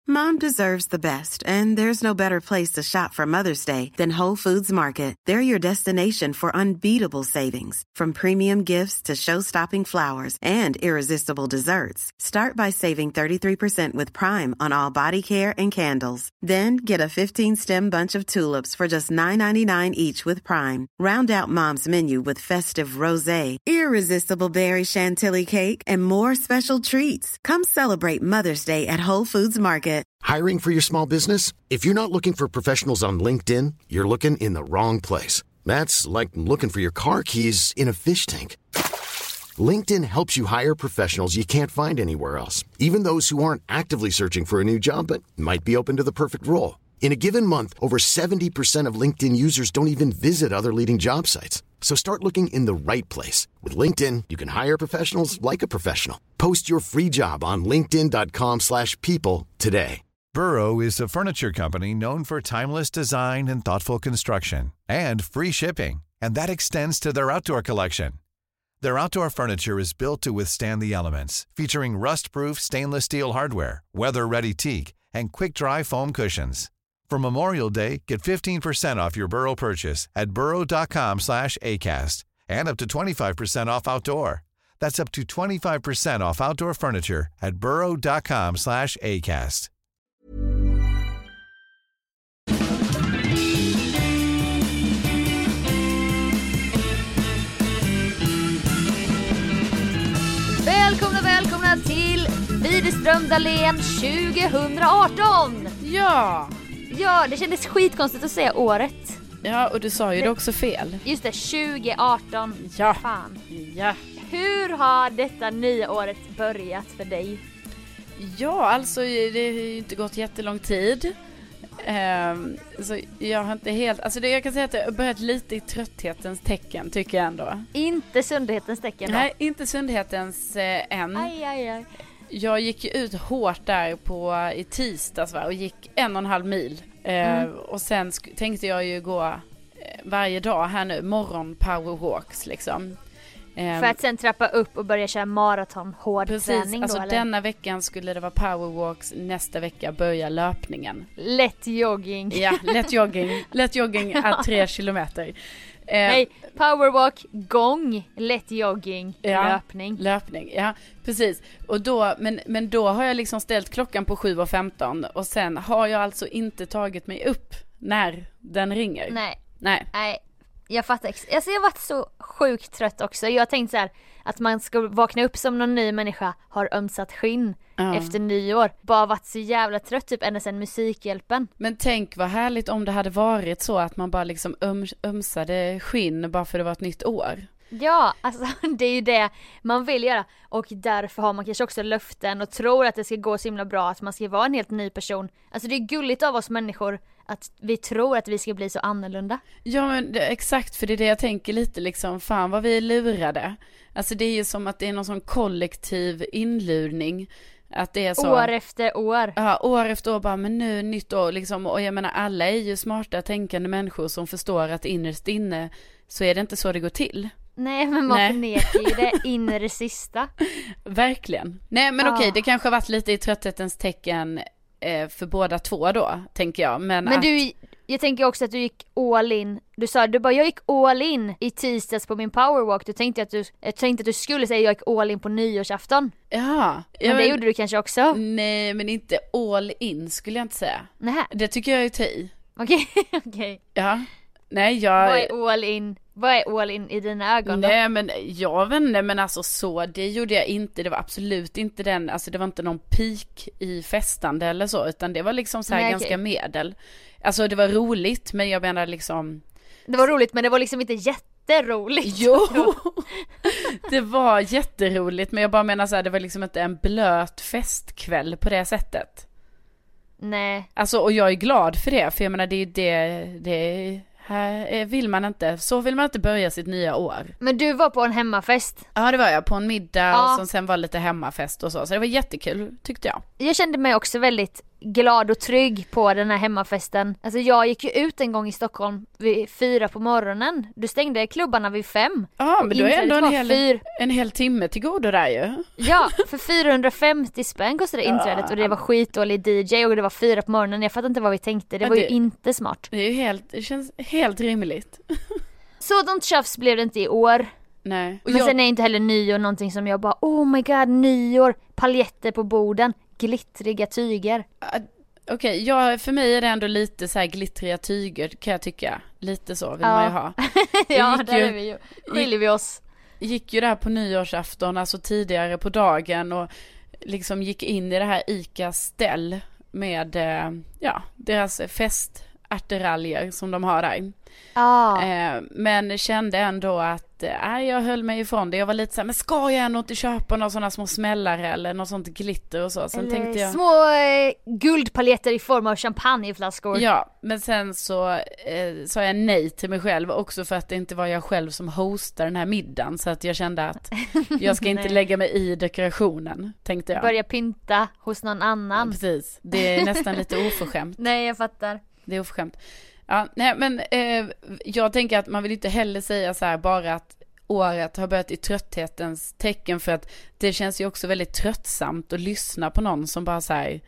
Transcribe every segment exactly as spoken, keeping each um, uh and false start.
Mom deserves the best, and there's no better place to shop for Mother's Day than Whole Foods Market. They're your destination for unbeatable savings, from premium gifts to show-stopping flowers and irresistible desserts. Start by saving thirty-three percent with Prime on all body care and candles. Then get a fifteen-stem bunch of tulips for just nine ninety-nine each with Prime. Round out Mom's menu with festive rosé, irresistible berry chantilly cake, and more special treats. Come celebrate Mother's Day at Whole Foods Market. Hiring for your small business? If you're not looking for professionals on LinkedIn, you're looking in the wrong place. That's like looking for your car keys in a fish tank. LinkedIn helps you hire professionals you can't find anywhere else, even those who aren't actively searching for a new job but might be open to the perfect role. In a given month, over seventy percent of LinkedIn users don't even visit other leading job sites. So start looking in the right place. With LinkedIn, you can hire professionals like a professional. Post your free job on linkedin dot com slash people today. Burrow is a furniture company known for timeless design and thoughtful construction, and free shipping, and that extends to their outdoor collection. Their outdoor furniture is built to withstand the elements, featuring rust-proof stainless steel hardware, weather-ready teak, and quick-dry foam cushions. For Memorial Day, get fifteen percent off your Burrow purchase at burrow dot com slash acast, and up to twenty-five percent off outdoor. That's up to twenty-five percent off outdoor furniture at burrow dot com slash acast. Välkomna, välkomna till Widerström Dahlén tjugo arton. Ja. Ja, det kändes skitkonstigt att säga året. Ja, och du sa ju det, det också fel. Just det, tjugo arton. Ja. Fan. Ja. Hur har detta nya året börjat för dig? Ja, alltså det har ju inte gått jättelång tid. Um, så jag har inte helt... Alltså det, jag kan säga att det har börjat lite i trötthetens tecken, tycker jag ändå. Inte sundhetens tecken då? Nej, inte sundhetens eh, än. Aj, aj, aj. Jag gick ju ut hårt där på, i tisdags va, och gick en och en halv mil. Mm. Uh, och sen sk- tänkte jag ju gå uh, varje dag här nu, morgon powerwalks liksom. För att sen trappa upp och börja köra maraton hård Precis, träning då, alltså eller? denna veckan skulle det vara powerwalks, nästa vecka börjar löpningen. Lätt jogging. Ja, lätt jogging. Lätt jogging är tre kilometer. Eh, Nej, powerwalk, gång, lätt jogging, ja, löpning. Löpning, ja, precis. Och då, men, men då har jag liksom ställt klockan på sju och femton och sen har jag alltså inte tagit mig upp när den ringer. Nej. Nej. Nej. Jag fattar. Alltså jag har varit så sjukt trött också. Jag tänkte så här att man ska vakna upp som någon ny människa, har ömsat skinn uh. efter nyår. Bara varit så jävla trött typ ända sedan Musikhjälpen. Men tänk vad härligt om det hade varit så att man bara liksom öms- ömsade skinn bara för det var ett nytt år. Ja, alltså det är ju det man vill göra. Och därför har man kanske också löften och tror att det ska gå så himla bra, att man ska vara en helt ny person. Alltså det är gulligt av oss människor att vi tror att vi ska bli så annorlunda. Ja men det, exakt, för det är det jag tänker lite liksom, fan vad vi är lurade. Alltså det är ju som att det är någon sån kollektiv inlurning. Att det är så, år efter år. Ja, år efter år bara, men nu nytt år liksom. Och jag menar, alla är ju smarta, tänkande människor som förstår att innerst inne så är det inte så det går till. Nej, men man förnekar ju det in i det sista. Verkligen. Nej, men ah. okej, det kanske har varit lite i trötthetens tecken eh, för båda två då, tänker jag. Men, men att... du, jag tänker också att du gick all in. Du sa, du bara, jag gick all in i tisdags på min powerwalk. Du tänkte att du, jag tänkte att du skulle säga jag gick all in på nyårsafton. Ja. Men ja, det men... gjorde du kanske också. Nej, men inte all in skulle jag inte säga. Nej. Det tycker jag är ta i. Okej, okej. Okay. Ja. Nej, jag... Vad är all in? Vad är all in i dina ögon då? Nej, men jag vet inte, men alltså så, det gjorde jag inte. Det var absolut inte den, alltså det var inte någon peak i festande eller så, utan det var liksom så här Nej, ganska okay. medel. Alltså det var roligt, men jag menar liksom... Det var roligt, men det var liksom inte jätteroligt. Jo, det var jätteroligt, men jag bara menar så här, det var liksom inte en blöt festkväll på det sättet. Nej. Alltså, och jag är glad för det, för jag menar det är det, det är... Här vill man inte, så vill man inte börja sitt nya år. Men du var på en hemmafest? Ja, det var jag, på en middag, ja. Och som sen var lite hemmafest och så. Så det var jättekul, tyckte jag. Jag kände mig också väldigt glad och trygg på den här hemmafesten. Alltså jag gick ju ut en gång i Stockholm vid fyra på morgonen. Du stängde klubbarna vid fem. Ja, men då är ändå en hel, fyr... en hel timme till godo där ju. Ja, för fyrahundrafemtio spänn kostade inträdet ja. Och det var skitdålig D J och det var fyra på morgonen. Jag fattar inte vad vi tänkte. Det ja, var det, ju inte smart. Det är ju helt, det känns helt rimligt. Sådant tjafs blev det inte i år. Nej. Men jag... sen är inte heller nyår någonting som jag bara, oh my god, nyår, paljetter på borden, glittriga tyger. Uh, Okej, okay, ja, för mig är det ändå lite så här glittriga tyger kan jag tycka. Lite så vill ja. man ju ha. Ja, där ju, är vi ju. Skiljer vi oss. Gick ju där på nyårsafton, alltså tidigare på dagen och liksom gick in i det här ICA-ställ med ja, deras festarteraljer som de har där. Ah. Eh, men kände ändå att eh, jag höll mig ifrån det. Jag var lite så här, men ska jag ändå inte köpa några sådana små smällare eller något sånt glitter och så. Sen eller tänkte jag små eh, guldpaljetter i form av champagneflaskor. Ja, men sen så eh, sa jag nej till mig själv också för att det inte var jag själv som hostar den här middagen. Så att jag kände att jag ska inte lägga mig i dekorationen, tänkte jag. Börja pynta hos någon annan. Ja, precis, det är nästan lite oförskämt. Nej, jag fattar. Det är oförskämt. Ja, nej, men eh, jag tänker att man vill inte heller säga så här bara att året har börjat i trötthetens tecken, för att det känns ju också väldigt tröttsamt att lyssna på någon som bara säger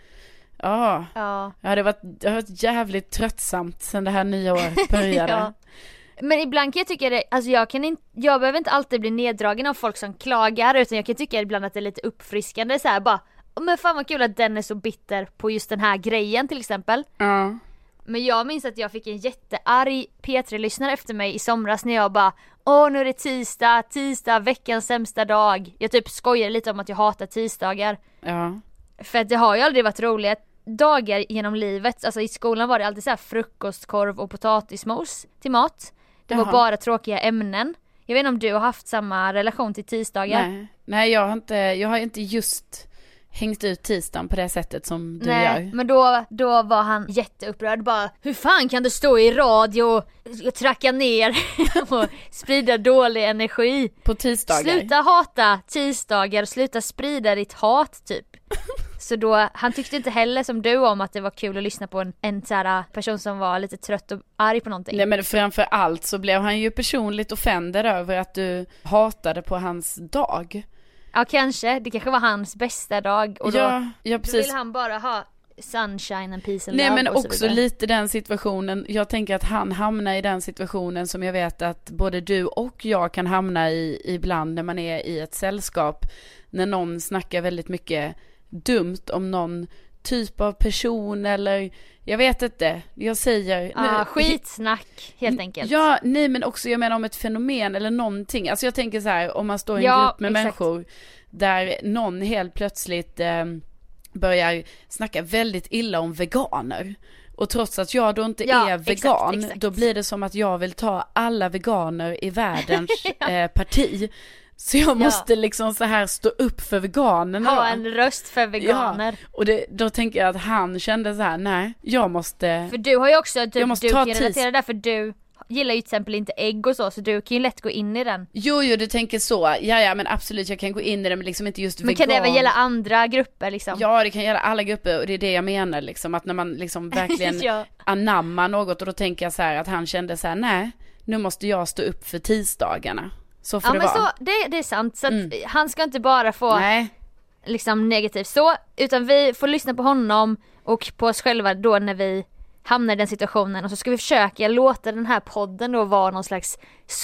ja, ja. ja det, var, det har varit jävligt tröttsamt sen det här nya året började. Ja. Men ibland kan jag tycka det, alltså jag kan inte, jag behöver inte alltid bli neddragen av folk som klagar, utan jag kan tycka ibland att det är lite uppfriskande så här bara, men fan vad kul att den är så bitter på just den här grejen till exempel. Ja. Men jag minns att jag fick en jättearg P tre-lyssnare efter mig i somras när jag bara, åh nu är det tisdag, tisdag, veckans sämsta dag. Jag typ skojade lite om att jag hatar tisdagar. Ja. För att det har ju aldrig varit roligt dagar genom livet. Alltså i skolan var det alltid så här frukostkorv och potatismos till mat. Det Jaha. var bara tråkiga ämnen. Jag vet inte om du har haft samma relation till tisdagar. Nej, Nej jag har inte, jag har inte just hängt ut tisdagen på det sättet som du Nej, gör. Men då, då var han jätteupprörd. Bara, hur fan kan du stå i radio och, och tracka ner och sprida dålig energi? På tisdagar. Sluta hata tisdagar, sluta sprida ditt hat typ. Så då, han tyckte inte heller som du om att det var kul att lyssna på en, en så här person som var lite trött och arg på någonting. Nej, men framför allt så blev han ju personligt offended över att du hatade på hans dag. Ja, kanske. Det kanske var hans bästa dag. Och ja, då, ja, precis. Då vill han bara ha sunshine and peace and Nej, love. men också lite den situationen. Jag tänker att han hamnar i den situationen som jag vet att både du och jag kan hamna i ibland när man är i ett sällskap. När någon snackar väldigt mycket dumt om någon typ av person eller jag vet inte, jag säger ah, nu, skitsnack helt enkelt. Ja, nej, men också jag menar om ett fenomen eller någonting. Alltså jag tänker så här, om man står i en ja, grupp med exakt. människor där någon helt plötsligt eh, börjar snacka väldigt illa om veganer. Och trots att jag då inte ja, är vegan, exakt, exakt. Då blir det som att jag vill ta alla veganer i världens ja. eh, parti. Så jag måste ja. liksom så här stå upp för veganerna. Ha en röst för veganer. Ja. Och det, då tänker jag att han kände så här, nej, jag måste. För du har ju också, typ, jag måste du ta kan relatera där, för du gillar ju till exempel inte ägg och så, så du kan ju lätt gå in i den. Jo, jo, du tänker så. Ja, ja, men absolut, jag kan gå in i den, men liksom inte just men vegan. Men kan det även gälla andra grupper liksom? Ja, det kan gälla alla grupper, och det är det jag menar liksom, att när man liksom verkligen ja. anammar något, och då tänker jag så här att han kände så här, nej, nu måste jag stå upp för tisdagarna. Så får ja, det men vara. Så, det, det är sant, så att mm. han ska inte bara få nej. liksom negativt så, utan vi får lyssna på honom och på oss själva då när vi hamnar i den situationen, och så ska vi försöka låta den här podden då vara någon slags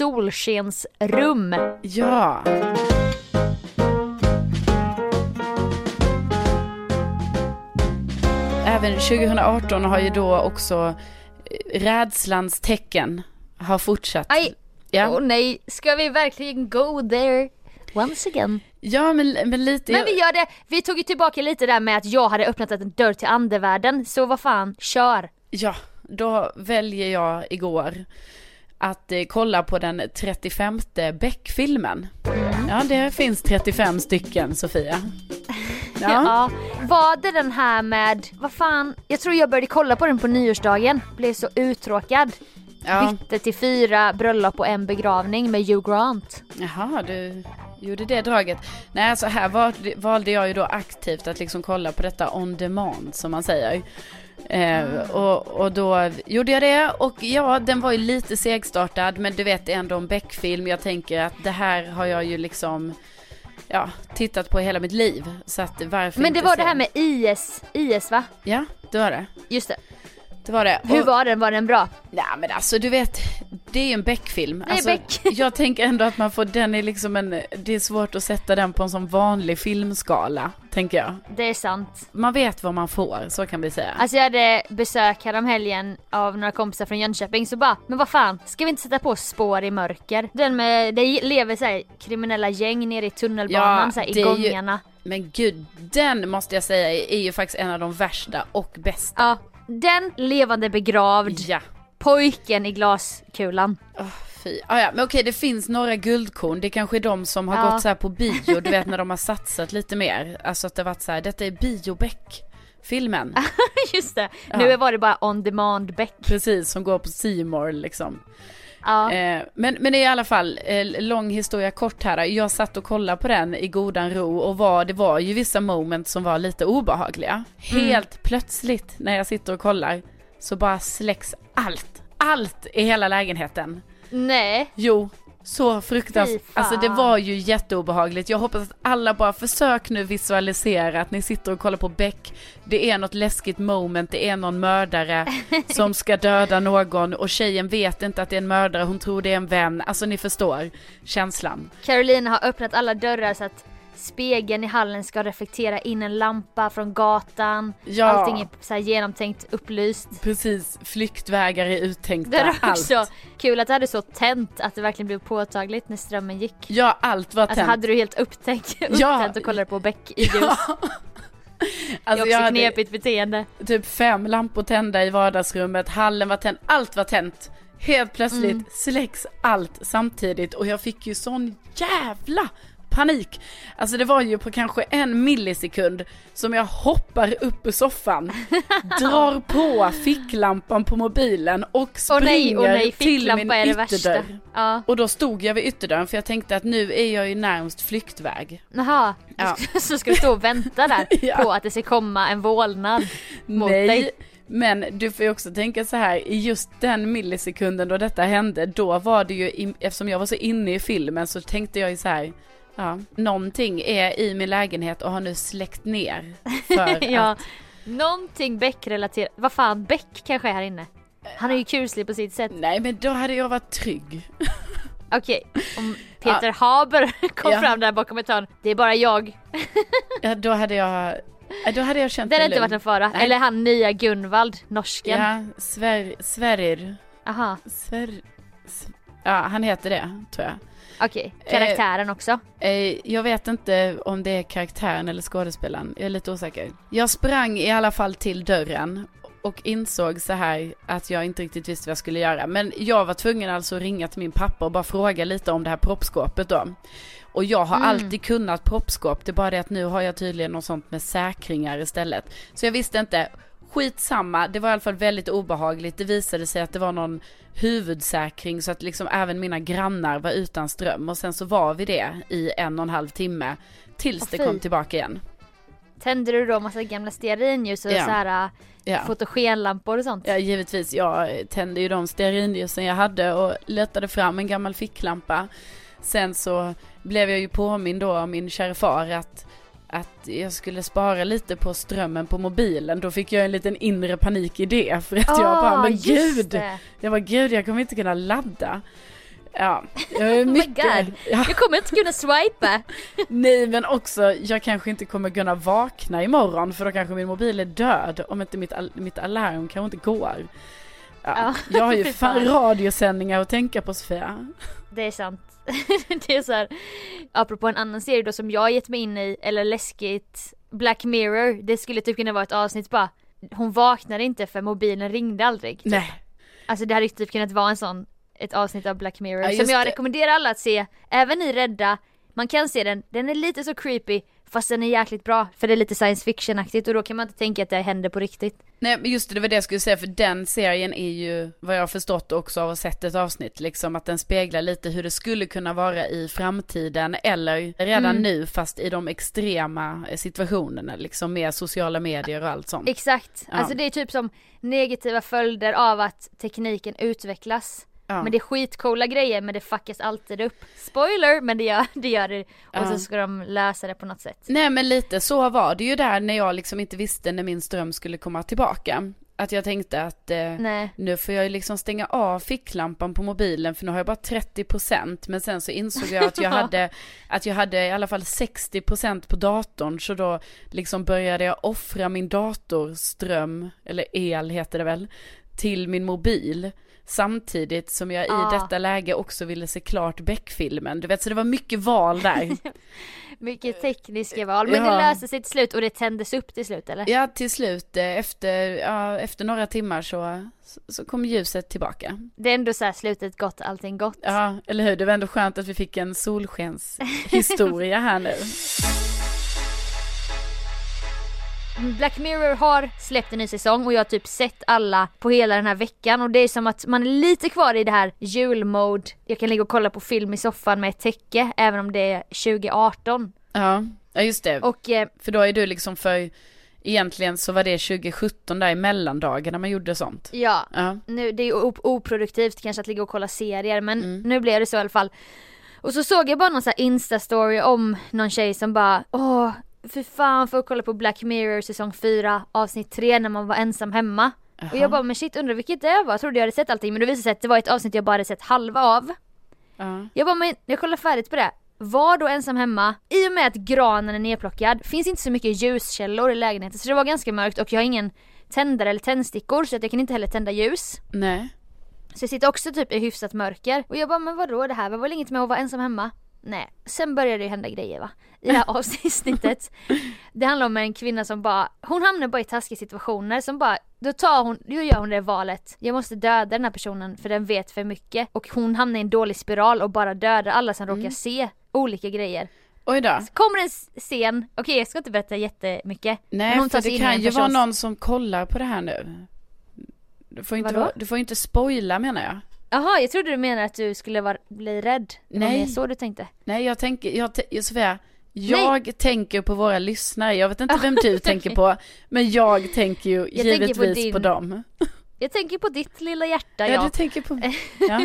solskensrum. Ja. Även tjugo arton har ju då också rädslans tecken har fortsatt. Aj, ja. oh, nej, ska vi verkligen go there once again? Ja, men, men lite. Men vi gör det, vi tog ju tillbaka lite där med att jag hade öppnat en dörr till andevärlden, så vad fan, kör. Ja, då väljer jag igår att eh, kolla på den trettiofemte Beck-filmen. Mm. Ja, det finns trettiofem stycken, Sofia. Ja. ja. Var det den här med, vad fan, jag tror jag började kolla på den på nyårsdagen, blev så uttråkad. Ja. Bytte till fyra bröllop och en begravning med Hugh Grant. Jaha, du gjorde det draget. Nej, alltså här valde, valde jag ju då aktivt att liksom kolla på detta on demand, som man säger. Eh, och, och då gjorde jag det, och ja, den var ju lite segstartad, men du vet, det är ändå en Beck-film. Jag tänker att det här har jag ju liksom ja, tittat på hela mitt liv, så att varför Men det inte var se? det här med I S, I S va? Ja, det var det. Just det. Det var det. Hur och, var den? Var den bra? Nej, men alltså du vet, det är ju en Beck-film. Det är alltså, Beck. Jag tänker ändå att man får, den är liksom en, det är svårt att sätta den på en sån vanlig filmskala, tänker jag. Det är sant. Man vet vad man får, så kan vi säga. Alltså jag hade besök här om helgen av några kompisar från Jönköping, så bara, men vad fan, ska vi inte sätta på Spår i mörker? Den med, det lever så här, kriminella gäng nere i tunnelbanan, Ja, så här, det i är gångarna. Ju, men gud, den måste jag säga är ju faktiskt en av de värsta och bästa. Ja, den levande begravd. Ja. Pojken i glaskulan. Oh, fy. Ah, ja, men okej, det finns några guldkorn. Det är kanske är de som har Ja. gått så här på bio, du vet, när de har satsat lite mer. Alltså att det har varit så här, detta är Biobeck-filmen. Just det, Ja. nu var det bara on demand Beck. Precis, som går på C More liksom. Ja. Eh, men, men i alla fall, eh, lång historia kort här. Jag satt och kollade på den i godan ro, och var, det var ju vissa moment som var lite obehagliga. Helt mm. plötsligt när jag sitter och kollar så bara släcks allt. Allt i hela lägenheten. Nej. Jo, så fruktansvärt. Fy fan. Alltså det var ju jätteobehagligt. Jag hoppas att alla bara försök nu visualisera att ni sitter och kollar på Beck. Det är något läskigt moment, det är någon mördare som ska döda någon, och tjejen vet inte att det är en mördare, hon tror det är en vän. Alltså ni förstår känslan. Carolina har öppnat alla dörrar så att spegeln i hallen ska reflektera in en lampa från gatan. Ja. Allting är så här genomtänkt, upplyst. Precis, flyktvägar är uttänkta. Det är också allt. kul att det hade så tänt att det verkligen blev påtagligt när strömmen gick. Ja, allt var tänt. Alltså hade du helt upptäckt, upptänt Ja. och kollade på Beck i ljus. Ja. Det är Alltså också jag hade knepigt beteende. typ fem lampor tända i vardagsrummet, hallen var tänd, allt var tänt. Helt plötsligt Mm. släcks allt samtidigt, och jag fick ju sån jävla panik. Alltså det var ju på kanske en millisekund som jag hoppar upp ur soffan, drar på ficklampan på mobilen och springer Åh nej, åh nej, till min är det värsta. ytterdörr. Ja. Och då stod jag vid ytterdörren, för jag tänkte att nu är jag ju närmast flyktväg. Jaha, Ja. så ska du stå och vänta där Ja. på att det ska komma en vålnad mot Nej, dig. men du får ju också tänka så här, i just den millisekunden då detta hände, då var det ju, eftersom jag var så inne i filmen, så tänkte jag ju så här, ja, någonting är i min lägenhet och har nu släckt ner för Ja, att, någonting Beck-relaterat. Vad fan, Beck kanske är här inne. Han är ju kuslig på sitt sätt. nej men då hade jag varit trygg. Okej, om Peter Haber kom Ja. fram där bakom ett hörn. Det är bara jag. Ja, då hade jag, ja, då hade jag känt Det hade mig inte lugn. varit en fara. Nej. Eller han nya Gunvald, norsken. Ja, Sver, Sverrir. Aha, Sver, S- ja, han heter det, tror jag. okej. Karaktären också. Eh, jag vet inte om det är karaktären eller skådespelaren. Jag är lite osäker. Jag sprang i alla fall till dörren och insåg så här att jag inte riktigt visste vad jag skulle göra. Men jag var tvungen alltså att ringa till min pappa och bara fråga lite om det här proppskåpet då. Och jag har Mm. alltid kunnat proppskåp. Det är bara det att nu har jag tydligen något sånt med säkringar istället. Så jag visste inte. Skitsamma, det var i alla fall väldigt obehagligt. Det visade sig att det var någon huvudsäkring så att liksom även mina grannar var utan ström. Och sen så var vi det i en och en halv timme tills Åh, det fy. kom tillbaka igen. Tände du då massa gamla stearinljus och Ja. så här Ja. fotogenlampor och sånt? Ja, givetvis. Jag tände ju de stearinljusen jag hade och letade fram en gammal ficklampa. Sen så blev jag ju påmind då av min kära far att att jag skulle spara lite på strömmen på mobilen. Då fick jag en liten inre panik i det. För att Ah, jag bara, men just gud. det. Jag var gud, jag kommer inte kunna ladda. Ja, jag är Oh my mycket. God. Ja, Jag kommer inte kunna swipa. nej, men också, jag kanske inte kommer kunna vakna imorgon. För då kanske min mobil är död. Om inte mitt, al- mitt alarm kanske inte går. Ja, Ja, jag har ju fy fan fan. radiosändningar att tänka på, Sofia. Det är sant. Det är så här, apropå en annan serie då som jag har gett mig in i, eller läskigt, Black Mirror. Det skulle typ kunna vara ett avsnitt bara. Hon vaknade inte för mobilen ringde aldrig. Nej. Alltså det hade typ kunnat vara en sån, ett avsnitt av Black Mirror Ja, som just jag det. rekommenderar alla att se. Även ni rädda, man kan se den, den är lite så creepy fast den är jäkligt bra, för det är lite science fiction-aktigt och då kan man inte tänka att det händer på riktigt. Nej, men just det, det var det jag skulle säga, för den serien är ju, vad jag har förstått också av att ha sett ett avsnitt, liksom att den speglar lite hur det skulle kunna vara i framtiden eller redan mm. nu, fast i de extrema situationerna, liksom med sociala medier och allt sånt. Exakt, ja. Alltså det är typ som negativa följder av att tekniken utvecklas. Ja. Men det är skitcoola grejer, men det fuckas alltid upp. Spoiler, men det gör det, gör det. Och ja. Så ska de lösa det på något sätt. Nej, men lite så var det ju där när jag liksom inte visste när min ström skulle komma tillbaka. Att jag tänkte att eh, nu får jag liksom stänga av ficklampan på mobilen, för nu har jag bara trettio procent. Men sen så insåg jag att jag hade, att jag hade i alla fall sextio procent på datorn. Så då liksom började jag offra min datorström, eller el heter det väl, till min mobil. Samtidigt som jag ah. i detta läge också ville se klart Beck-filmen. Du vet, så det var mycket val där. Mycket tekniska val. Men ja. Det löste sig till slut och det tändes upp till slut, eller? Ja, till slut. Efter, ja, efter några timmar så, så kom ljuset tillbaka. Det är ändå så här slutet gott, allting gott. Ja, eller hur? Det var ändå skönt att vi fick en solskenshistoria här nu. Black Mirror har släppt en ny säsong och jag har typ sett alla på hela den här veckan, och det är som att man är lite kvar i det här julmode. Jag kan ligga och kolla på film i soffan med ett täcke även om det är tjugo arton. Ja, ja just det. Och, eh, för då är du liksom för, egentligen så var det tjugo sjutton där i mellandagen när man gjorde sånt. Ja, ja. Nu, det är op- oproduktivt kanske att ligga och kolla serier, men mm. nu blev det så i alla fall. Och så såg jag bara någon så här Insta-story om någon tjej som bara, åh, för fan, för att kolla på Black Mirror säsong fyra avsnitt tre när man var ensam hemma. Aha. Och jag bara, men shit, undrar vilket det var. Jag trodde jag hade sett allting, men det visade sig att det var ett avsnitt jag bara hade sett halva av. Uh. Jag bara, men jag kollar färdigt på det. Var då ensam hemma. I och med att granen är nedplockad finns inte så mycket ljuskällor i lägenheten, så det var ganska mörkt och jag har ingen tändare eller tändstickor, så att jag kan inte heller tända ljus. Nej. Så jag sitter också typ i hyfsat mörker. Och jag bara, men vadå, det här var väl inget med att vara ensam hemma? Nej, sen började det hända grejer, va? I det här avsnittet. Det handlar om en kvinna som bara, hon hamnar bara i taskiga situationer som bara, då tar hon, då gör hon det valet. Jag måste döda den här personen för den vet för mycket. Och hon hamnar i en dålig spiral och bara dödar alla som mm. råkar se olika grejer. Oj då. Så kommer en scen, okej okay, jag ska inte berätta jättemycket. Nej, hon för det kan ju persons... vara någon som kollar på det här nu. Du får inte, vara, du får inte spoila, menar jag. Jaha, jag trodde du menade att du skulle vara, bli rädd. Det Nej. var mer så du tänkte. Nej, jag tänker, jag, Sofia, jag Nej. tänker på våra lyssnare. Jag vet inte vem du tänker på, men jag tänker ju jag givetvis tänker på, din... på dem. Jag tänker på ditt lilla hjärta, ja. Ja, du tänker på... Ja.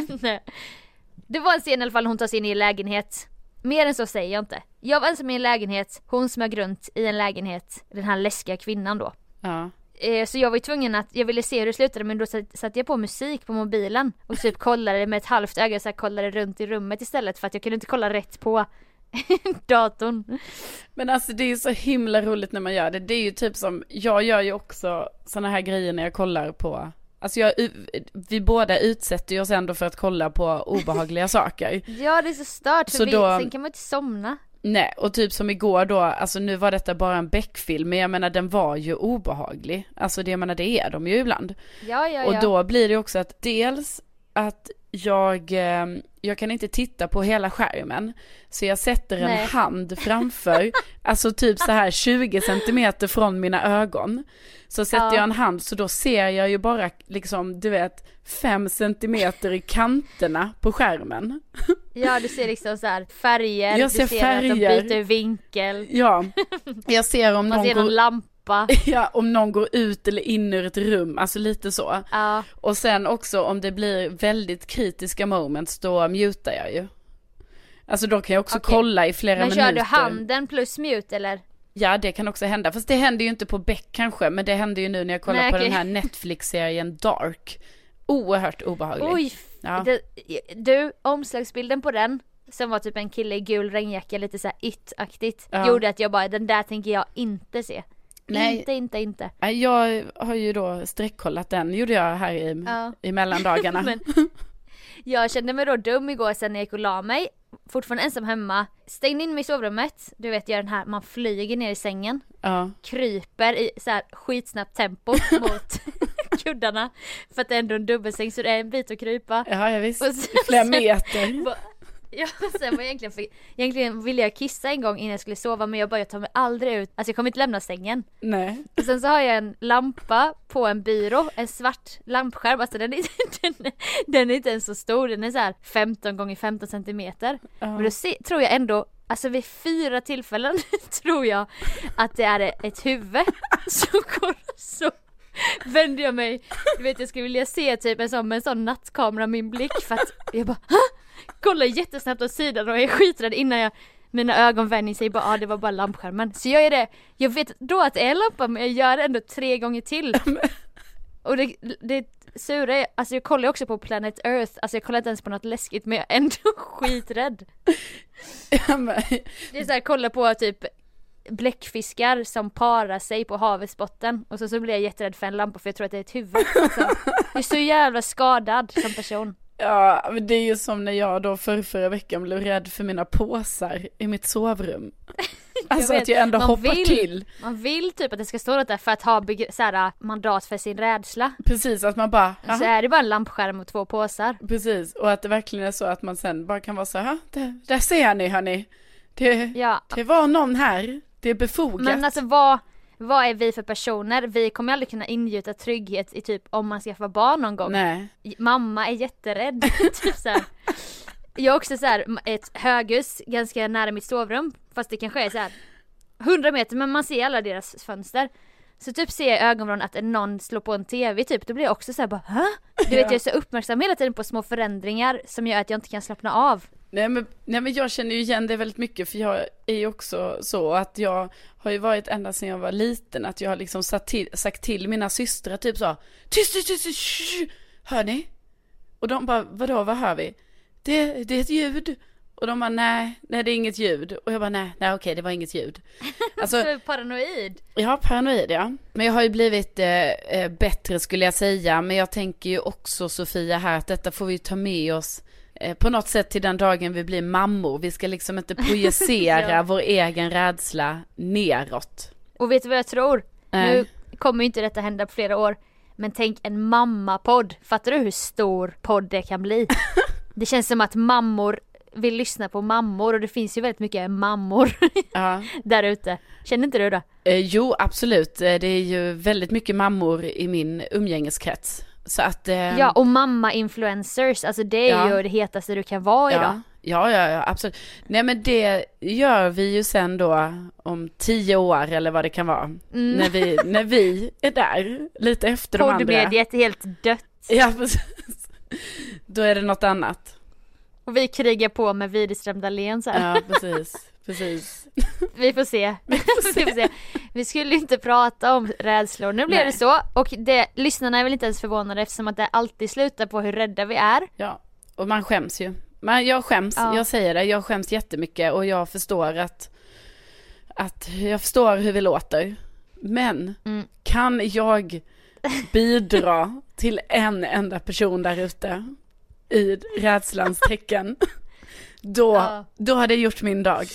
Det var en scen i alla fall, hon tar sig in i en lägenhet. Mer än så säger jag inte. Jag var ensam i en lägenhet, hon smög runt i en lägenhet, den här läskiga kvinnan då. Ja. Så jag var ju tvungen att, jag ville se hur det slutade, men då satte jag på musik på mobilen och typ kollade med ett halvt öga, så här kollade runt i rummet istället, för att jag kunde inte kolla rätt på datorn. Men alltså det är så himla roligt när man gör det. Det är ju typ som, jag gör ju också såna här grejer när jag kollar på, alltså jag, vi båda utsätter oss ändå för att kolla på obehagliga saker. Ja, det är så stört, för så vi, då, sen kan man inte somna. Nej, och typ som igår då, alltså nu var detta bara en Beck-film, men jag menar den var ju obehaglig. Alltså det, jag menar, det är de ju ibland. Ja, ja, ja. Och då blir det också att dels att jag, jag kan inte titta på hela skärmen, så jag sätter en Nej. hand framför, alltså typ så här tjugo centimeter från mina ögon. Så sätter ja. jag en hand, så då ser jag ju bara liksom, du vet, fem centimeter i kanterna på skärmen. Ja, du ser liksom så här färger, jag ser du ser färger. att de byter vinkel. Ja, jag ser om Man någon ser går... någon lampa. Ja, om någon går ut eller in ur ett rum, alltså lite så. Ja. Och sen också om det blir väldigt kritiska moments, då mutar jag ju. Alltså då kan jag också okay. kolla i flera men minuter. Men kör du handen plus mute eller? Ja, det kan också hända. Fast det händer ju inte på Beck kanske, men det händer ju nu när jag kollar Nej, på okay. den här Netflix-serien Dark. Oerhört obehaglig. Oj, ja. det, du, omslagsbilden på den, som var typ en kille i gul regnjacka, lite så här it-aktigt, ja. gjorde att jag bara, den där tänker jag inte se. Nej. Inte, inte, inte. Jag har ju då sträckkollat den, gjorde jag här i, ja. i mellandagarna. Men, jag kände mig då dum igår sen jag gick och la mig. Fortfarande ensam hemma. Stängde in mig i sovrummet. Du vet, jag den här, man flyger ner i sängen. Ja. Kryper i så här skitsnabbt tempo mot kuddarna. För att det är ändå en dubbelsäng, så det är en bit att krypa. Ja, jag visst. Och så, flera meter. Ja, sen var jag egentligen, för, egentligen ville jag kissa en gång innan jag skulle sova, men jag bara, jag tar mig aldrig ut. Alltså jag kommer inte lämna sängen. Nej. Och sen så har jag en lampa på en byrå, en svart lampskärm. Alltså den är, den, den är inte ens så stor, den är så här femton gånger femton centimeter. Uh. Men då se, tror jag ändå, alltså vid fyra tillfällen tror jag att det är ett huvud. Så går så vänder jag mig, du vet jag skulle vilja se typ en sån, med en sån nattkamera min blick, för att jag bara Hah! Kollar jättesnabbt åt sidan och jag är skiträdd innan jag, mina ögon vänjer sig, bara ah, det var bara lampskärmen. Så jag är det, jag vet då att det är lampan, men jag gör det ändå tre gånger till. Och det, det sura är, alltså jag kollar också på Planet Earth, alltså jag kollar inte ens på något läskigt, men jag är ändå skiträdd. Ja, men... Det är så här, kolla på typ bläckfiskar som parar sig på havets botten, och så, så blir jag jätterädd för en lampa, för jag tror att det är ett huvud. Alltså, jag är så jävla skadad som person. Ja, men det är ju som när jag då för förra veckan blev rädd för mina påsar i mitt sovrum. Alltså att jag ändå man hoppar vill, till. Man vill typ att det ska stå något där för att ha beg- så här, mandat för sin rädsla. Precis, att man bara... Aha. Så är det bara en lampskärm och två påsar. Precis, och att det verkligen är så att man sen bara kan vara så här, där, där ser ni hörni. Det, ja. det var någon här, det är befogat. Men alltså vad... Vad är vi för personer? Vi kommer aldrig kunna ingjuta trygghet i typ om man ska få barn någon gång. Nej. Mamma är jätterädd. Typ så här. Jag har också så här, ett höghus ganska nära mitt sovrum. Fast det kanske är så här hundra meter, men man ser alla deras fönster. Så typ ser jag i ögonvrån att någon slår på en tv typ. Då blir jag också så här bara, hä? Du vet, jag är så uppmärksam hela tiden på små förändringar som gör att jag inte kan slappna av. Nej men, nej men jag känner ju igen det väldigt mycket, för jag är ju också så att jag har ju varit ända sedan jag var liten att jag har liksom sagt till, sagt till mina systrar typ så, tyst, tyst, tyst, tyst, hör ni? Och de bara, vadå, vad hör vi? Det, det är ett ljud. Och de bara, nej, nej det är inget ljud. Och jag bara, nej, nej okej, det var inget ljud. Alltså, så paranoid. Ja, paranoid, ja. Men jag har ju blivit eh, bättre skulle jag säga. Men jag tänker ju också, Sofia, här att detta får vi ta med oss eh, på något sätt till den dagen vi blir mammor. Vi ska liksom inte projicera ja. vår egen rädsla neråt. Och vet du vad jag tror? Nej. Nu kommer ju inte detta hända på flera år. Men tänk en mammapodd. Fattar du hur stor podd det kan bli? Det känns som att mammor vill lyssna på mammor, och det finns ju väldigt mycket mammor ja. där ute. Känner inte du det? Eh, jo, absolut. Det är ju väldigt mycket mammor i min umgängeskrets. Så att, eh... Ja, och mamma-influencers, alltså det är ja. ju det hetaste du kan vara ja. idag. Ja, ja, ja, absolut. Nej, men det gör vi ju sen då om tio år eller vad det kan vara. Mm. När, vi, när vi är där, lite efter de andra. Poddmediet är helt dött. Ja, precis. Då är det något annat. Och vi krigar på med Widerström Dahlén så här. Ja, precis. Precis. Vi får se. Vi får se. vi, får se. Vi skulle inte prata om rädslor. Nu blir Nej. det så. Och det, lyssnarna är väl inte ens förvånade, eftersom att det alltid slutar på hur rädda vi är. Ja, och man skäms ju. Men jag skäms, ja. jag säger det. Jag skäms jättemycket, och jag förstår att, att jag förstår hur vi låter. Men mm. kan jag bidra till en enda person där ute i rädslans tecken, då, ja. då hade jag gjort min dag.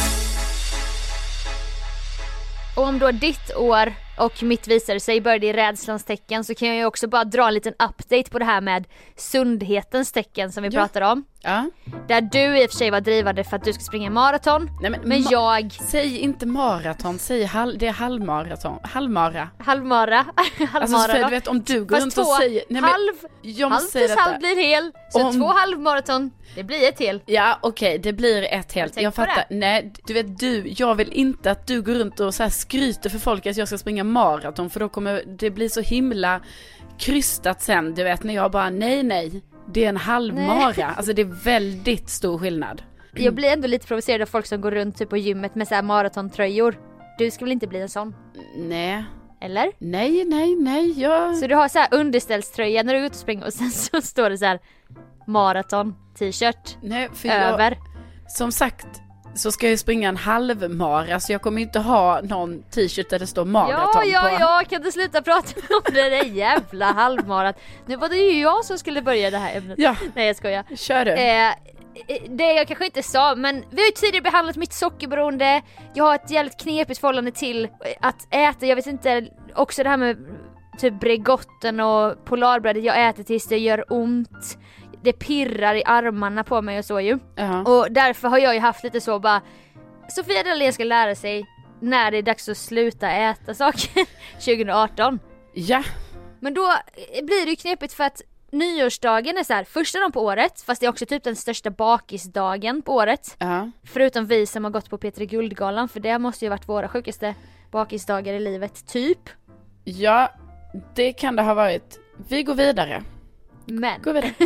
Och om då ditt år och mitt visar sig började i rädslans tecken, så kan jag ju också bara dra en liten update på det här med sundhetens tecken som vi ja. pratade om. Ja. Där du i och för sig var drivande för att du ska springa maraton. Nej, men men ma- jag... Säg inte maraton, säg hal- det är halvmaraton. Halvmara. Halvmara. Halvmara alltså, för, du vet, om du går runt och säger... Nej, men, halv, jag halv plus detta. halv blir hel. Så om... två halvmaraton, det blir ett helt. Ja, okej, okay, det blir ett helt. Jag, jag fattar. Det. Nej, du vet, du, jag vill inte att du går runt och så här skryter för folk att jag ska springa maraton. För då kommer det bli så himla krystat sen. Du vet, när jag bara, nej, nej. Det är en halvmara. Nej. Alltså det är väldigt stor skillnad. Jag blir ändå lite provocerad av folk som går runt typ på gymmet med så här maratontröjor. Du ska väl inte bli en sån? Nej. Eller? Nej, nej, nej. Jag... Så du har så här underställströja när du är ute och springer, och sen så står det så här maraton t-shirt nej, för över. Jag, som sagt, så ska jag springa en halvmara, så jag kommer inte ha någon t-shirt där det står maraton ja, ja, på. Ja, ja, kan du sluta prata om det där jävla halvmarat. Nu var det ju jag som skulle börja det här ämnet. Ja. Nej, jag skojar. Kör du. Eh, det jag kanske inte sa, men vi har ju tidigare behandlat mitt sockerberoende. Jag har ett jävligt knepigt förhållande till att äta. Jag vet inte, också det här med typ Bregotten och Polarbrödet. Jag äter tills det gör ont. det pirrar i armarna på mig och så ju. Uh-huh. Och därför har jag ju haft lite så bara, Sofia Dalén ska lära sig när det är dags att sluta äta saker tjugo arton. Ja. Men då blir det ju knepigt för att nyårsdagen är så här första dagen på året, fast det är också typ den största bakisdagen på året. Uh-huh. Förutom vi som har gått på Peter Guldgalan, för det måste ju varit våra sjukaste bakisdagar i livet, typ. Ja, det kan det ha varit. Vi går vidare. Men Gå vidare.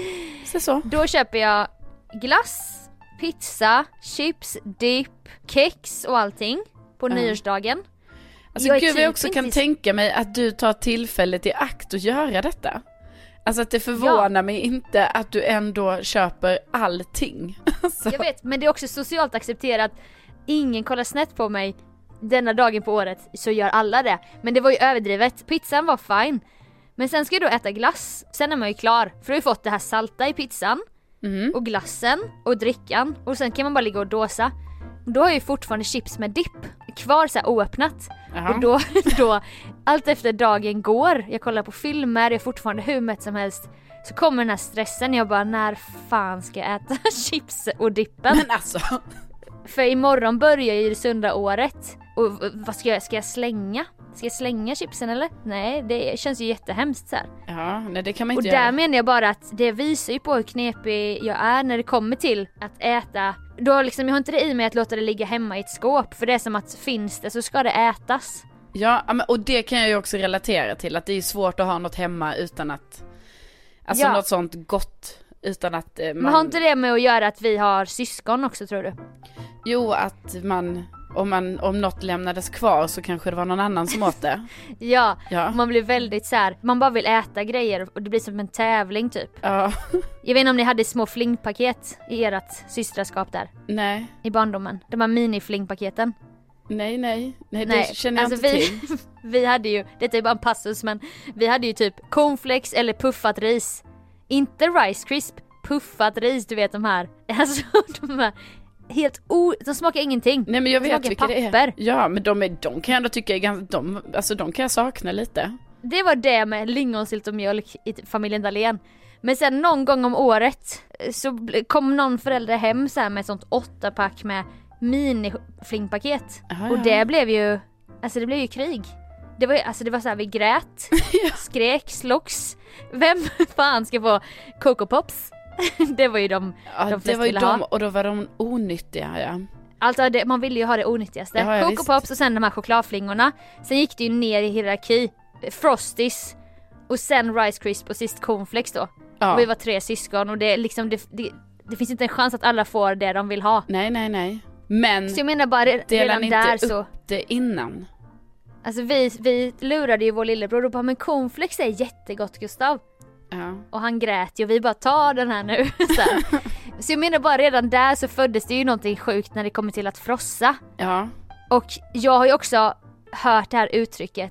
Så så. Då köper jag glass, pizza, chips, dip, kex och allting på uh. nyårsdagen. Alltså jag gud, typ jag också kan inte... tänka mig att du tar tillfället i akt och göra detta. Alltså att det förvånar ja. mig inte att du ändå köper allting. Alltså. Jag vet, men det är också socialt accepterat. Ingen kollar snett på mig denna dagen på året, så gör alla det. Men det var ju överdrivet. Pizzan var fine. Men sen ska jag då äta glass. Sen är man ju klar. För du har ju fått det här salta i pizzan. Mm. Och glassen. Och drickan. Och sen kan man bara ligga och dåsa. Då har jag ju fortfarande chips med dipp kvar så här oöppnat. Aha. Och då, då, allt efter dagen går. Jag kollar på filmer. Jag är fortfarande hur mätt som helst. Så kommer den här stressen. Jag bara, när fan ska jag äta chips och dippen? Men alltså. För imorgon börjar ju det sunda året. Och vad ska jag, ska jag slänga? Ska jag slänga chipsen eller? Nej, det känns ju jättehemskt så här. Ja, nej det kan man inte och göra. Och där menar jag bara att det visar ju på hur knepig jag är när det kommer till att äta. Då liksom, jag har inte det i mig att låta det ligga hemma i ett skåp. För det är som att finns det så ska det ätas. Ja, och det kan jag ju också relatera till. Att det är svårt att ha något hemma utan att... Alltså ja. något sånt gott utan att man... Men har inte det med att göra att vi har syskon också, tror du? Jo, att man... Om, man, om något lämnades kvar så kanske det var någon annan som åt det. ja, ja, man blir väldigt så här, man bara vill äta grejer och det blir som en tävling typ. Ja. Jag vet inte om ni hade små flingpaket i ert systraskap där. Nej. I barndomen. De här mini-flingpaketen. Nej, nej. Nej, nej. Det känner jag alltså inte vi, till. Vi hade ju, detta är bara en passus, men vi hade ju typ cornflakes eller puffat ris. Inte Rice Crisp, puffat ris, du vet de här. Alltså de här... Helt o... De smakar ingenting. Nej, men jag vet vilka papper. det är. Ja, men de, är, de kan jag ändå tycka är ganska... De, alltså de kan jag sakna lite. Det var det med lingonsylt och mjölk i familjen Dalén. Men sen någon gång om året så kom någon förälder hem så här med ett sånt åtta pack med mini-flingpaket. Aha, och ja. det blev ju... Alltså det blev ju krig. Det var, alltså det var så här, vi grät, ja. skrek, slogs. Vem fan ska få Coco Pops? Det var ju de, ja, de flesta det var ju ville de, ha. och då var de onyttiga, ja. Alltså det, man ville ju ha det onyttigaste. Ja, ja, Coco Pops och sen de här chokladflingorna. Sen gick det ju ner i hierarki. Frosties och sen Rice Crisp och sist cornflakes då. Ja. Och vi var tre syskon och det, liksom, det, det, det finns inte en chans att alla får det de vill ha. Nej, nej, nej. Men så jag menar bara redan inte där upp så... det innan. Alltså vi, vi lurade ju vår lillebror och bara, men cornflakes är jättegott, Gustav. Ja. Och han grät ju, vi bara tar den här nu. så, här. Så jag menar bara redan där så föddes det ju någonting sjukt när det kommer till att frossa. Ja. Och jag har ju också hört det här uttrycket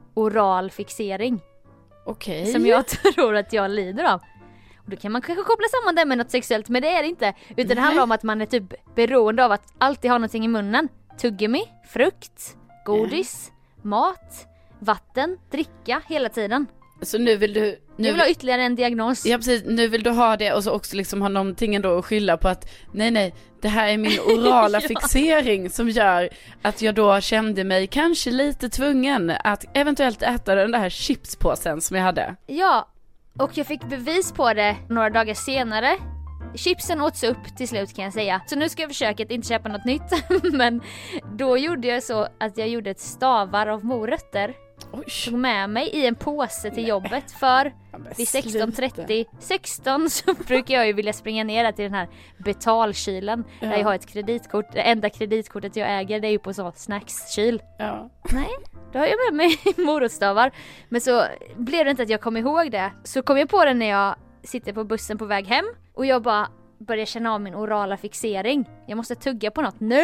oral fixering. Okej. Som jag tror att jag lider av. Och då kan man kanske koppla samman det med något sexuellt, men det är det inte. Utan Nej. Det handlar om att man är typ beroende av att alltid ha någonting i munnen. Tuggummi, frukt, godis, yeah. mat, vatten, dricka hela tiden. Så nu vill du... Nu jag vill ha ytterligare en diagnos. Ja, precis. Nu vill du ha det och så också liksom ha någonting ändå att skylla på att nej, nej, det här är min orala ja. fixering som gör att jag då kände mig kanske lite tvungen att eventuellt äta den där chipspåsen som jag hade. Ja, och jag fick bevis på det några dagar senare. Chipsen åts upp till slut, kan jag säga. Så nu ska jag försöka att inte köpa något nytt. Men då gjorde jag så att jag gjorde ett stavar av morötter. Oj. Tog med mig i en påse till Nej. jobbet. För vid sexton trettio sexton så brukar jag ju vilja springa ner till den här betalkylen. Ja. Där jag har ett kreditkort. Det enda kreditkortet jag äger, det är ju på så snackskyl. Ja. Nej, då har jag med mig morotstavar. Men så blev det inte att jag kom ihåg det. Så kom jag på det när jag sitter på bussen på väg hem. Och jag bara börjar känna av min orala fixering. Jag måste tugga på något nu.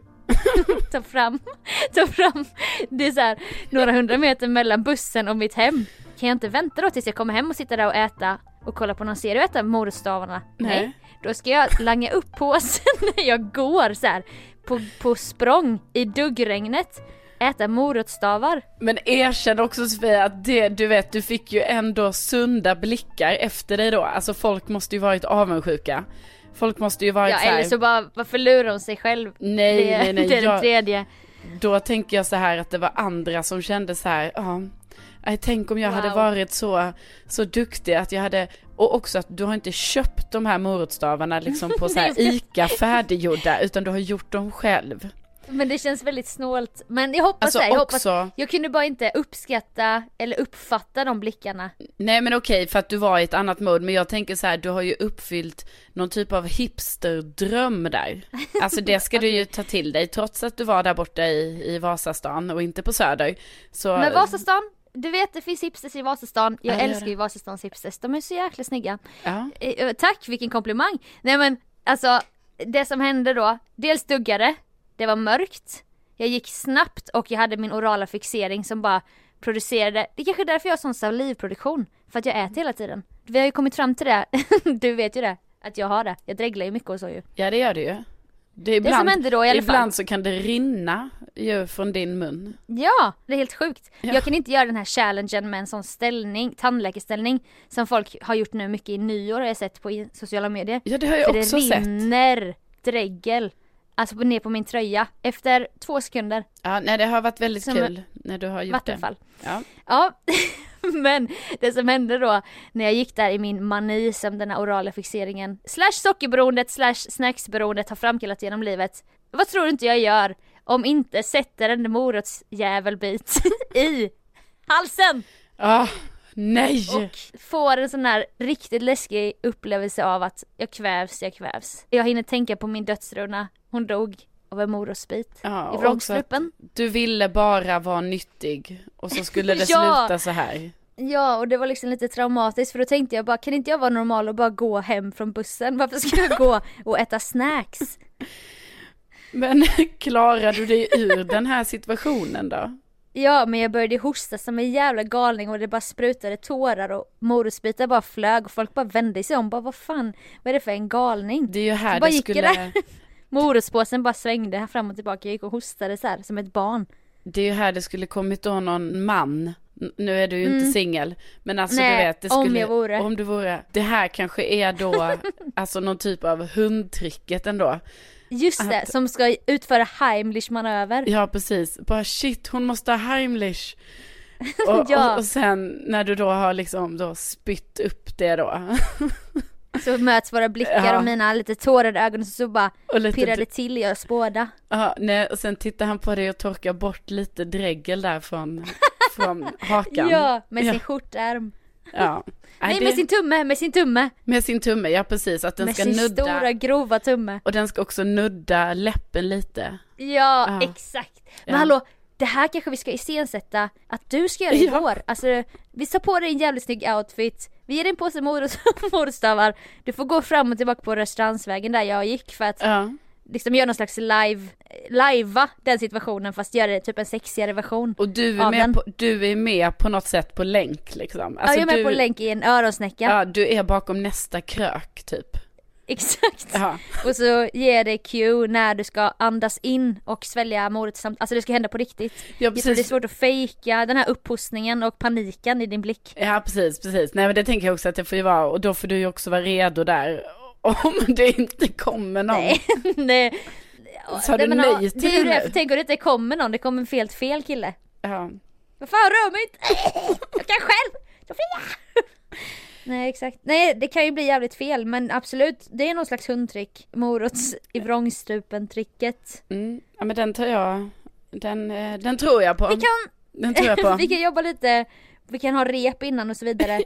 ta fram ta fram det är så här några hundra meter mellan bussen och mitt hem. Kan jag inte vänta då tills jag kommer hem och sitta där och äta och kolla på någon serie och äta morotstavarna? Nej. Nej. Då ska jag langa upp påsen när jag går så här på, på språng i duggregnet. äta morotsstavar. Men erkänn också, Sofia, att det, du vet, du fick ju ändå sunda blickar efter dig då. Alltså folk måste ju varit avundsjuka. Folk måste ju varit ja, så här... eller så bara, varför lurar hon sig själv? Nej, det, nej, nej. Det är den jag, tredje. Då tänker jag så här att det var andra som kände så här, ja... Jag tänk om jag wow. hade varit så, så duktig att jag hade... Och också att du har inte köpt de här morotsstavarna liksom på så här Ica färdiggjorda, utan du har gjort dem själv. Men det känns väldigt snålt. Men jag hoppas alltså det, jag också, hoppas, jag kunde bara inte uppskatta eller uppfatta de blickarna. Nej men okej, för att du var i ett annat mode. Men jag tänker så här, du har ju uppfyllt någon typ av hipsterdröm där. Alltså det ska okay. du ju ta till dig, trots att du var där borta i, i Vasastan och inte på Söder. Så... Men Vasastan, du vet det finns hipsters i Vasastan. Jag ja, älskar ju Vasastans hipsters, de är så jäkla snygga. Ja. eh, Tack, vilken komplimang. Nej men alltså, det som hände då, dels duggade. Det var mörkt, jag gick snabbt och jag hade min orala fixering som bara producerade. Det är kanske därför jag har sån salivproduktion, för att jag äter hela tiden. Vi har ju kommit fram till det, du vet ju det, att jag har det. Jag dreglar ju mycket och så ju. Ja det gör det ju. Det är ibland, det som hände då i alla ibland fall. Så kan det rinna ju från din mun. Ja, det är helt sjukt. Ja. Jag kan inte göra den här challengen med en sån ställning, tandläkarställning, som folk har gjort nu mycket i nyår, har jag sett på sociala medier. Ja det har jag för också det sett. rinner dregel. Alltså ner på min tröja efter två sekunder. Ja, nej det har varit väldigt som kul när du har gjort vattenfall. det. Ja. Ja, men det som hände då när jag gick där i min mani som den här orala fixeringen slash sockerberoendet slash snacksberoendet har framkallat genom livet. Vad tror du inte jag gör om inte sätter en morotsjävelbit i halsen? Ah, nej! Och får en sån här riktigt läskig upplevelse av att jag kvävs, jag kvävs. Jag hinner tänka på min dödsruna. Hon dog av en morotsbit ja, i vrångstrupen. Du ville bara vara nyttig och så skulle det ja. sluta så här. Ja, och det var liksom lite traumatiskt, för då tänkte jag bara, kan inte jag vara normal och bara gå hem från bussen? Varför ska jag gå och äta snacks? Men klarar du dig ur den här situationen då? Ja, men jag började hosta som en jävla galning och det bara sprutade tårar och morotsbitar bara flög och folk bara vände sig om. Bara, vad fan, vad är det för en galning? Det är ju här så det skulle... Morotspåsen bara svängde här fram och tillbaka. Jag gick och hostade så här som ett barn. Det är ju här det skulle kommit då någon man. Nu är du ju mm. inte singel. Men alltså nej, du vet, det skulle, om jag vore. Om du vore. Det här kanske är då alltså någon typ av hundtricket ändå. Just det, att, som ska utföra Heimlich manöver. Ja, precis. Bara shit, hon måste ha Heimlich. Och, ja. och, och sen när du då har liksom då spytt upp det då. Så möts våra blickar ja. och mina lite tårade ögon och så bara lite, pirrade till i oss båda. Ja, nej, och sen tittar han på dig och torkar bort lite dregel där från, från hakan. Ja, med ja. sin skjortärm. Ja. Nej, det... med sin tumme, med sin tumme. Med sin tumme, ja precis. Att den med ska sin nudda... stora, grova tumme. Och den ska också nudda läppen lite. Ja, ja. exakt. Men ja. hallå, det här kanske vi ska iscensätta att du ska göra i ja. vår. Alltså, vi tar på dig en jävligt snygg outfit. Vi ger dig en påse morotstavar. Du får gå fram och tillbaka på restaurangsvägen där jag gick för att ja. liksom göra någon slags live, livea den situationen fast göra det typ en sexigare version. Och du är, med på, du är med på något sätt på länk liksom. Alltså ja, jag är med du, på länk i en öronsnäcka. Ja, du är bakom nästa krök typ. Exakt. Ja. Och så ger det cue när du ska andas in och svälja morot samt. Alltså det ska hända på riktigt. Ja, precis. Jag tror det är svårt att fejka den här upphostningen och paniken i din blick. Ja, precis, precis. Nej, men det tänker jag också att det får ju vara. Och då får du ju också vara redo där. Om det inte kommer någon. Nej, nej. Så du menar, nej till det? Är det det tänk om det inte kommer någon. Det kommer en fel fel kille. Ja. Vad fan, rör mig inte. Jag kan själv. Jag fria. Nej, exakt. Nej, det kan ju bli jävligt fel. Men absolut, det är någon slags hundtrick. Morots i vrångstrupen tricket. Mm. Ja, men den tar jag. Den, den tror jag på. Vi kan, den tror jag på. vi kan jobba lite. Vi kan ha rep innan och så vidare.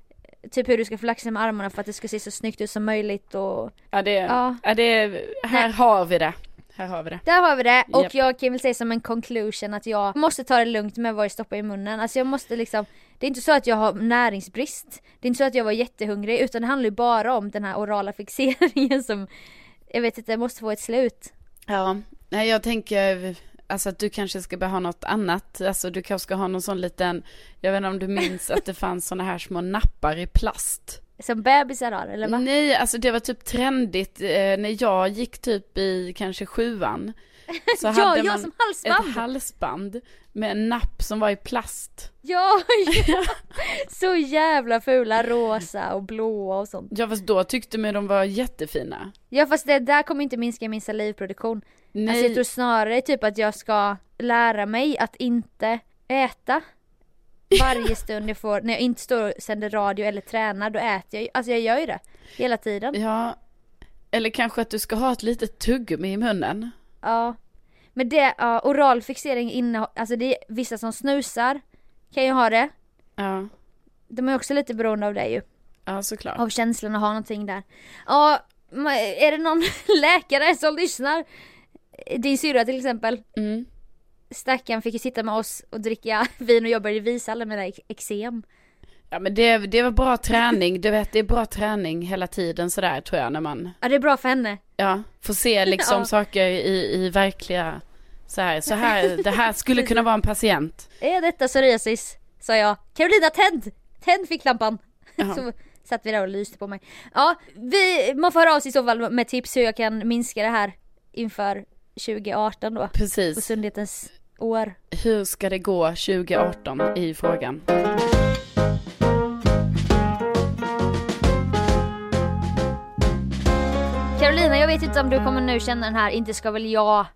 Typ hur du ska flaxa med armarna för att det ska se så snyggt ut som möjligt. Och... Ja, det, ja. Ja, det här Nej. har vi det. Här har vi det. Där har vi det. Och yep. jag kan väl säga som en conclusion att jag måste ta det lugnt med vad jag stoppar i munnen. Alltså jag måste liksom, det är inte så att jag har näringsbrist. Det är inte så att jag var jättehungrig, utan det handlar ju bara om den här orala fixeringen som, jag vet inte, måste få ett slut. Ja, nej jag tänker alltså att du kanske ska börja ha något annat. Alltså du kanske ska ha någon sån liten, jag vet inte om du minns att det fanns såna här små nappar i plast. Som bebisar har, eller vad? Nej, alltså det var typ trendigt eh, när jag gick typ i kanske sjuan. så ja, hade ja, man som halsband. ett halsband med en napp som var i plast. Ja, ja. Så jävla fula, rosa och blåa och sånt. Ja, fast då tyckte man de var jättefina. Ja, fast det där kommer inte minska min salivproduktion. Nej. Alltså jag tror snarare typ att jag ska lära mig att inte äta varje stund jag får. När jag inte står och sänder radio eller tränar, då äter jag. Alltså jag gör ju det hela tiden. Ja, eller kanske att du ska ha ett litet tuggummi i munnen. Ja, men det, ja, oral fixering innehåller, alltså det är vissa som snusar kan ju ha det. Ja. De är också lite beroende av det ju. Ja, såklart. Av känslan att ha någonting där. Ja, är det någon läkare som lyssnar? Din syrra till exempel. Mm. Stackaren fick ju sitta med oss och dricka vin och jobba i Visalla med det eksem. Ja, men det, det var bra träning. Du vet, det är bra träning hela tiden sådär, tror jag, när man... Ja, det är bra för henne. Ja, får se liksom ja. saker i, i verkliga... Så här, så här, det här skulle kunna vara en patient. Är detta psoriasis? Sa jag. Carolina, tänd! Tänd ficklampan. Så satt vi där och lyste på mig. Ja, vi, man får höra av sig i så fall med tips hur jag kan minska det här inför tjugo arton då. Precis. På sundhetens år. Hur ska det gå tjugo arton i frågan? Carolina, jag vet inte om du kommer nu känna den här inte ska väl jag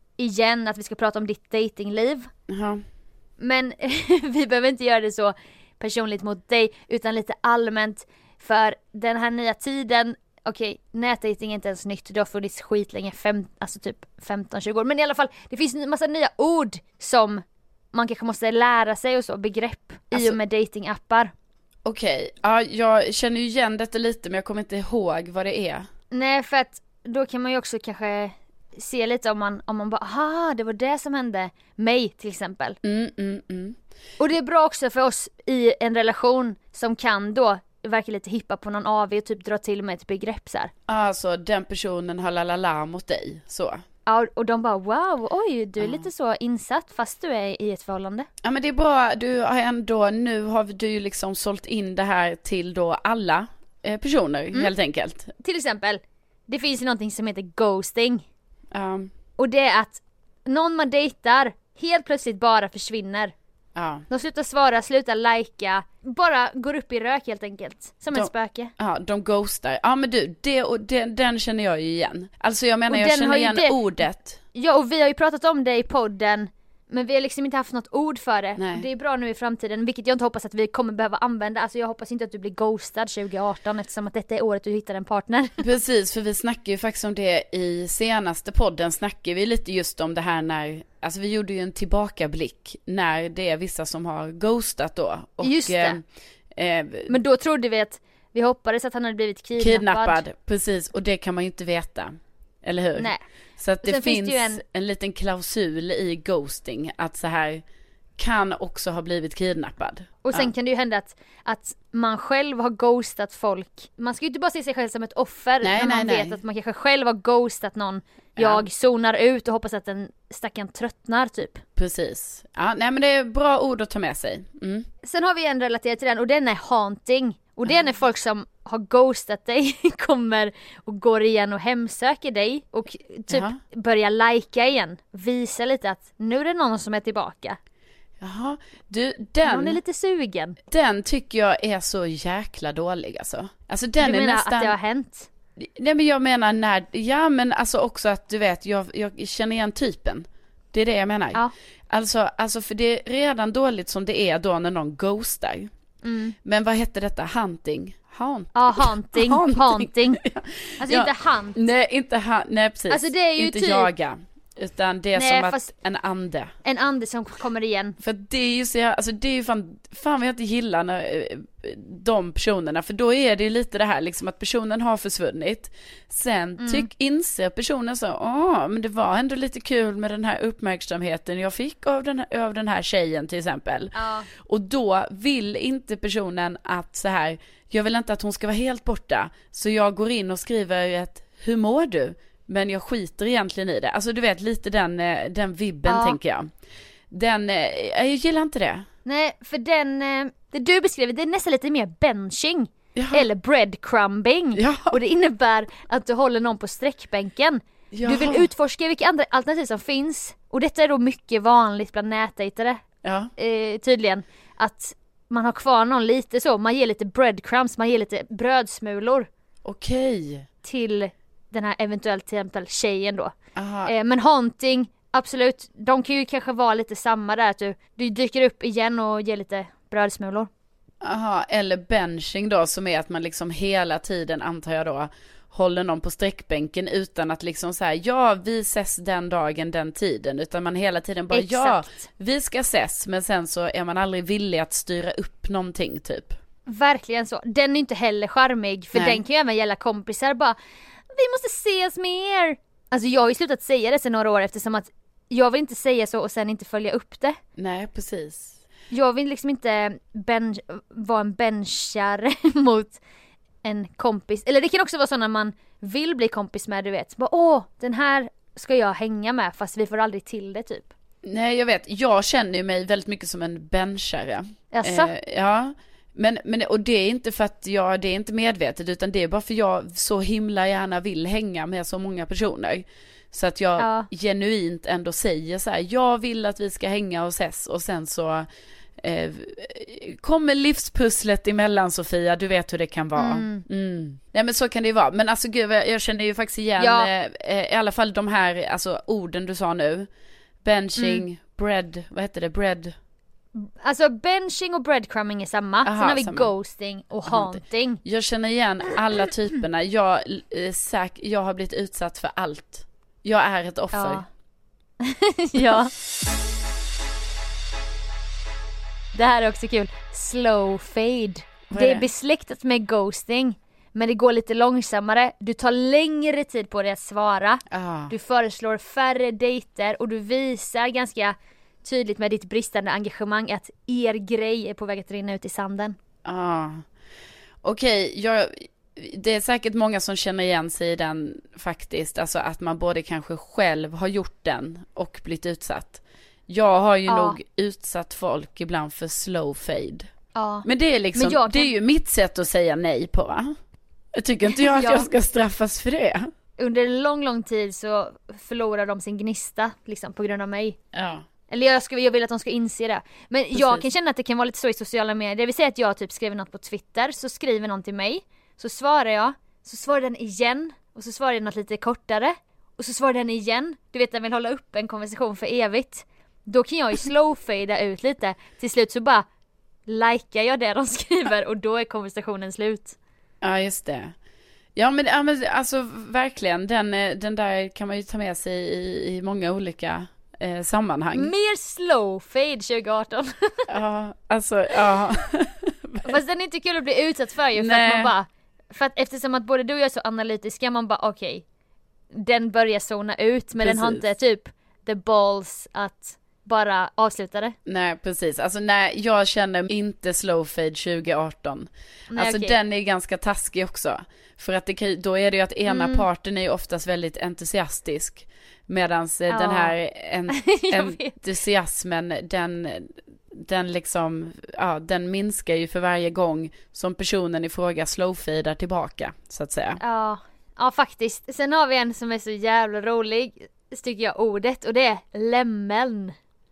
igen att vi ska prata om ditt datingliv. Ja. Men vi behöver inte göra det så personligt mot dig utan lite allmänt för den här nya tiden. Okej, nätdating är inte ens nytt. Det har funnits skitlänge, fem, alltså typ femton tjugo år. Men i alla fall, det finns en massa nya ord som man kanske måste lära sig och så, begrepp alltså, i och med datingappar. Okej, ja, jag känner ju igen detta lite men jag kommer inte ihåg vad det är. Nej, för att då kan man ju också kanske se lite om man, om man bara, aha, det var det som hände mig till exempel. Mm, mm, mm. Och det är bra också för oss i en relation som kan då verkar lite hippa på någon A V och typ dra till med ett begrepp så här. Alltså den personen har lalala mot dig, så. Ja, och de bara wow, oj, du är ja. lite så insatt fast du är i ett förhållande. Ja, men det är bra, du har ändå, nu har du ju liksom sålt in det här till då alla eh, personer mm. helt enkelt. Till exempel, det finns ju någonting som heter ghosting. Um. Och det är att någon man dejtar helt plötsligt bara försvinner. Ja. De slutar svara, slutar lajka, bara går upp i rök helt enkelt. Som de, ett spöke. Ja, de ghostar. Ja, men du, det, och den, den känner jag ju igen. Alltså jag menar, och jag känner igen det, ordet. Ja, och vi har ju pratat om det i podden. Men vi har liksom inte haft något ord för det. Nej. Det är bra nu i framtiden, vilket jag inte hoppas att vi kommer behöva använda. Alltså jag hoppas inte att du blir ghostad tjugo arton eftersom att detta är året du hittar en partner. Precis, för vi snackar ju faktiskt om det i senaste podden. Snackar vi lite just om det här när, alltså vi gjorde ju en tillbakablick när det är vissa som har ghostat då. Och, just det. Eh, eh, men då trodde vi att, vi hoppades att han hade blivit kidnappad. Kidnappad, precis. Och det kan man ju inte veta. Eller hur? Nej. Så att det finns, finns det ju en... en liten klausul i ghosting att så här kan också ha blivit kidnappad. Och sen ja. kan det ju hända att, att man själv har ghostat folk. Man ska ju inte bara se sig själv som ett offer nej, när man nej, vet nej. att man kanske själv har ghostat någon. Ja. Jag zonar ut och hoppas att den stackaren tröttnar typ. Precis. Ja, nej men det är bra ord att ta med sig. Mm. Sen har vi en relaterad till den och den är haunting. Och det är när folk som har ghostat dig kommer och går igen och hemsöker dig och typ Jaha. börjar lajka igen. Visa lite att nu är det någon som är tillbaka. Jaha, du, den... Någon är lite sugen. Den tycker jag är så jäkla dålig alltså. Alltså den du är menar nästan... att det har hänt? Nej men jag menar när... Ja men alltså också att du vet, jag, jag känner igen typen. Det är det jag menar. Ja. Alltså, alltså för det är redan dåligt som det är då när någon ghostar. Mm. Men vad heter detta? Hunting? Haunt. Ja, haunting. Haunting. haunting. Alltså ja. inte hunt. Nej, inte hunt. Nej, precis. Alltså det är ju inte typ... jaga. Utan det är Nej, som fast... att en ande. En ande som kommer igen. För det är ju så, alltså det är ju fan, fan vad jag inte gillar när, de personerna. För då är det ju lite det här liksom att personen har försvunnit. Sen mm. tyck, inser personen så, åh, men det var ändå lite kul med den här uppmärksamheten jag fick av den här, av den här tjejen till exempel. Ja. Och då vill inte personen att så här, jag vill inte att hon ska vara helt borta. Så jag går in och skriver ett, hur mår du? Men jag skiter egentligen i det. Alltså du vet lite den, den vibben ja. tänker jag. Den, jag gillar inte det. Nej, för den, det du beskriver, det är nästan lite mer benching. Ja. Eller breadcrumbing. Ja. Och det innebär att du håller någon på sträckbänken. Ja. Du vill utforska vilka andra alternativ som finns. Och detta är då mycket vanligt bland nätdejtare. Ja. Eh, tydligen. Att man har kvar någon lite så. Man ger lite breadcrumbs, man ger lite brödsmulor. Okej. Till den här eventuellt till exempel tjejen då. Eh, men haunting, absolut. De kan ju kanske vara lite samma där. Att du, du dyker upp igen och ger lite brödsmulor. Aha, eller benching då, som är att man liksom hela tiden, antar jag då, håller någon på sträckbänken utan att liksom säga ja, vi ses den dagen, den tiden, utan man hela tiden bara Exakt. ja, vi ska ses, men sen så är man aldrig villig att styra upp någonting typ. Verkligen så. Den är inte heller charmig, för Nej. den kan ju även gälla kompisar bara, vi måste ses mer. Alltså jag har ju slutat säga det sen några år, eftersom att jag vill inte säga så och sen inte följa upp det. Nej, precis. Jag vill liksom inte ben- vara en benchare mot en kompis. Eller det kan också vara så när man vill bli kompis med, du vet. Bara, åh, den här ska jag hänga med, fast vi får aldrig till det typ. Nej, jag vet. Jag känner ju mig väldigt mycket som en benchare. Jaså? Eh, ja. Men, men, och det är inte för att jag, det är inte medvetet, utan det är bara för jag så himla gärna vill hänga med så många personer. Så att jag Ja. genuint ändå säger så här, jag vill att vi ska hänga och ses, och sen så eh, kommer livspusslet emellan, Sofia, du vet hur det kan vara. Mm. Mm. Nej, men så kan det ju vara. Men alltså gud, jag känner ju faktiskt igen Ja. eh, i alla fall de här alltså, orden du sa nu. Benching, Mm. bread, vad heter det, bread? Alltså benching och breadcrumbing är samma. Aha, Sen har vi samma. ghosting och haunting. Jag känner igen alla typerna. Jag, eh, säk, jag har blivit utsatt för allt. Jag är ett offer. Ja. Ja. Det här är också kul. Slow fade. Vad är Det är det? besläktat med ghosting, men det går lite långsammare. Du tar längre tid på dig att svara. Ah. Du föreslår färre dejter och du visar ganska tydligt med ditt bristande engagemang att er grej är på väg att rinna ut i sanden. Ah. Okej, jag, det är säkert många som känner igen sig i den faktiskt. Alltså att man både kanske själv har gjort den och blivit utsatt. Jag har ju Ja. nog utsatt folk ibland för slow fade. Ja. Men det är liksom, Men jag det är kan- ju mitt sätt att säga nej på, va? Jag tycker inte jag att Ja. jag ska straffas för det. Under en lång, lång tid så förlorar de sin gnista liksom på grund av mig. Ja. Eller jag, ska, jag vill att de ska inse det. Men Precis. jag kan känna att det kan vara lite så i sociala medier. Det vill säga att jag typ skriver något på Twitter, så skriver någon till mig, så svarar jag, så svarar den igen, och så svarar jag något lite kortare, och så svarar den igen. Du vet, den vill hålla upp en konversation för evigt. Då kan jag ju slow-fada ut lite. Till slut så bara likar jag det de skriver, och då är konversationen slut. Ja, just det. Ja, men, ja, men alltså verkligen, den, eh, den där kan man ju ta med sig i, i många olika eh, sammanhang. Mer slow-fade tjugo arton. Ja, alltså, ja. Fast den är inte kul att bli utsatt för ju, för Nej. att man bara, för att eftersom att både du och jag är så analytiska, man bara okej, den börjar zona ut, men den har Precis. inte typ the balls att bara avsluta det. Nej, precis. Alltså nej, jag känner inte slow fade tjugo arton. Nej, Alltså okej. den är ganska taskig också. För att det kan, ju- då är det ju att ena Mm. parten är ju oftast väldigt entusiastisk. Medan Ja. den här en, Jag vet. entusiasmen, den, den liksom, ja, den minskar ju för varje gång som personen i fråga slowfadar tillbaka, så att säga. Ja, ja faktiskt. Sen har vi en som är så jävla rolig, tycker jag, ordet, och det är lämmeln.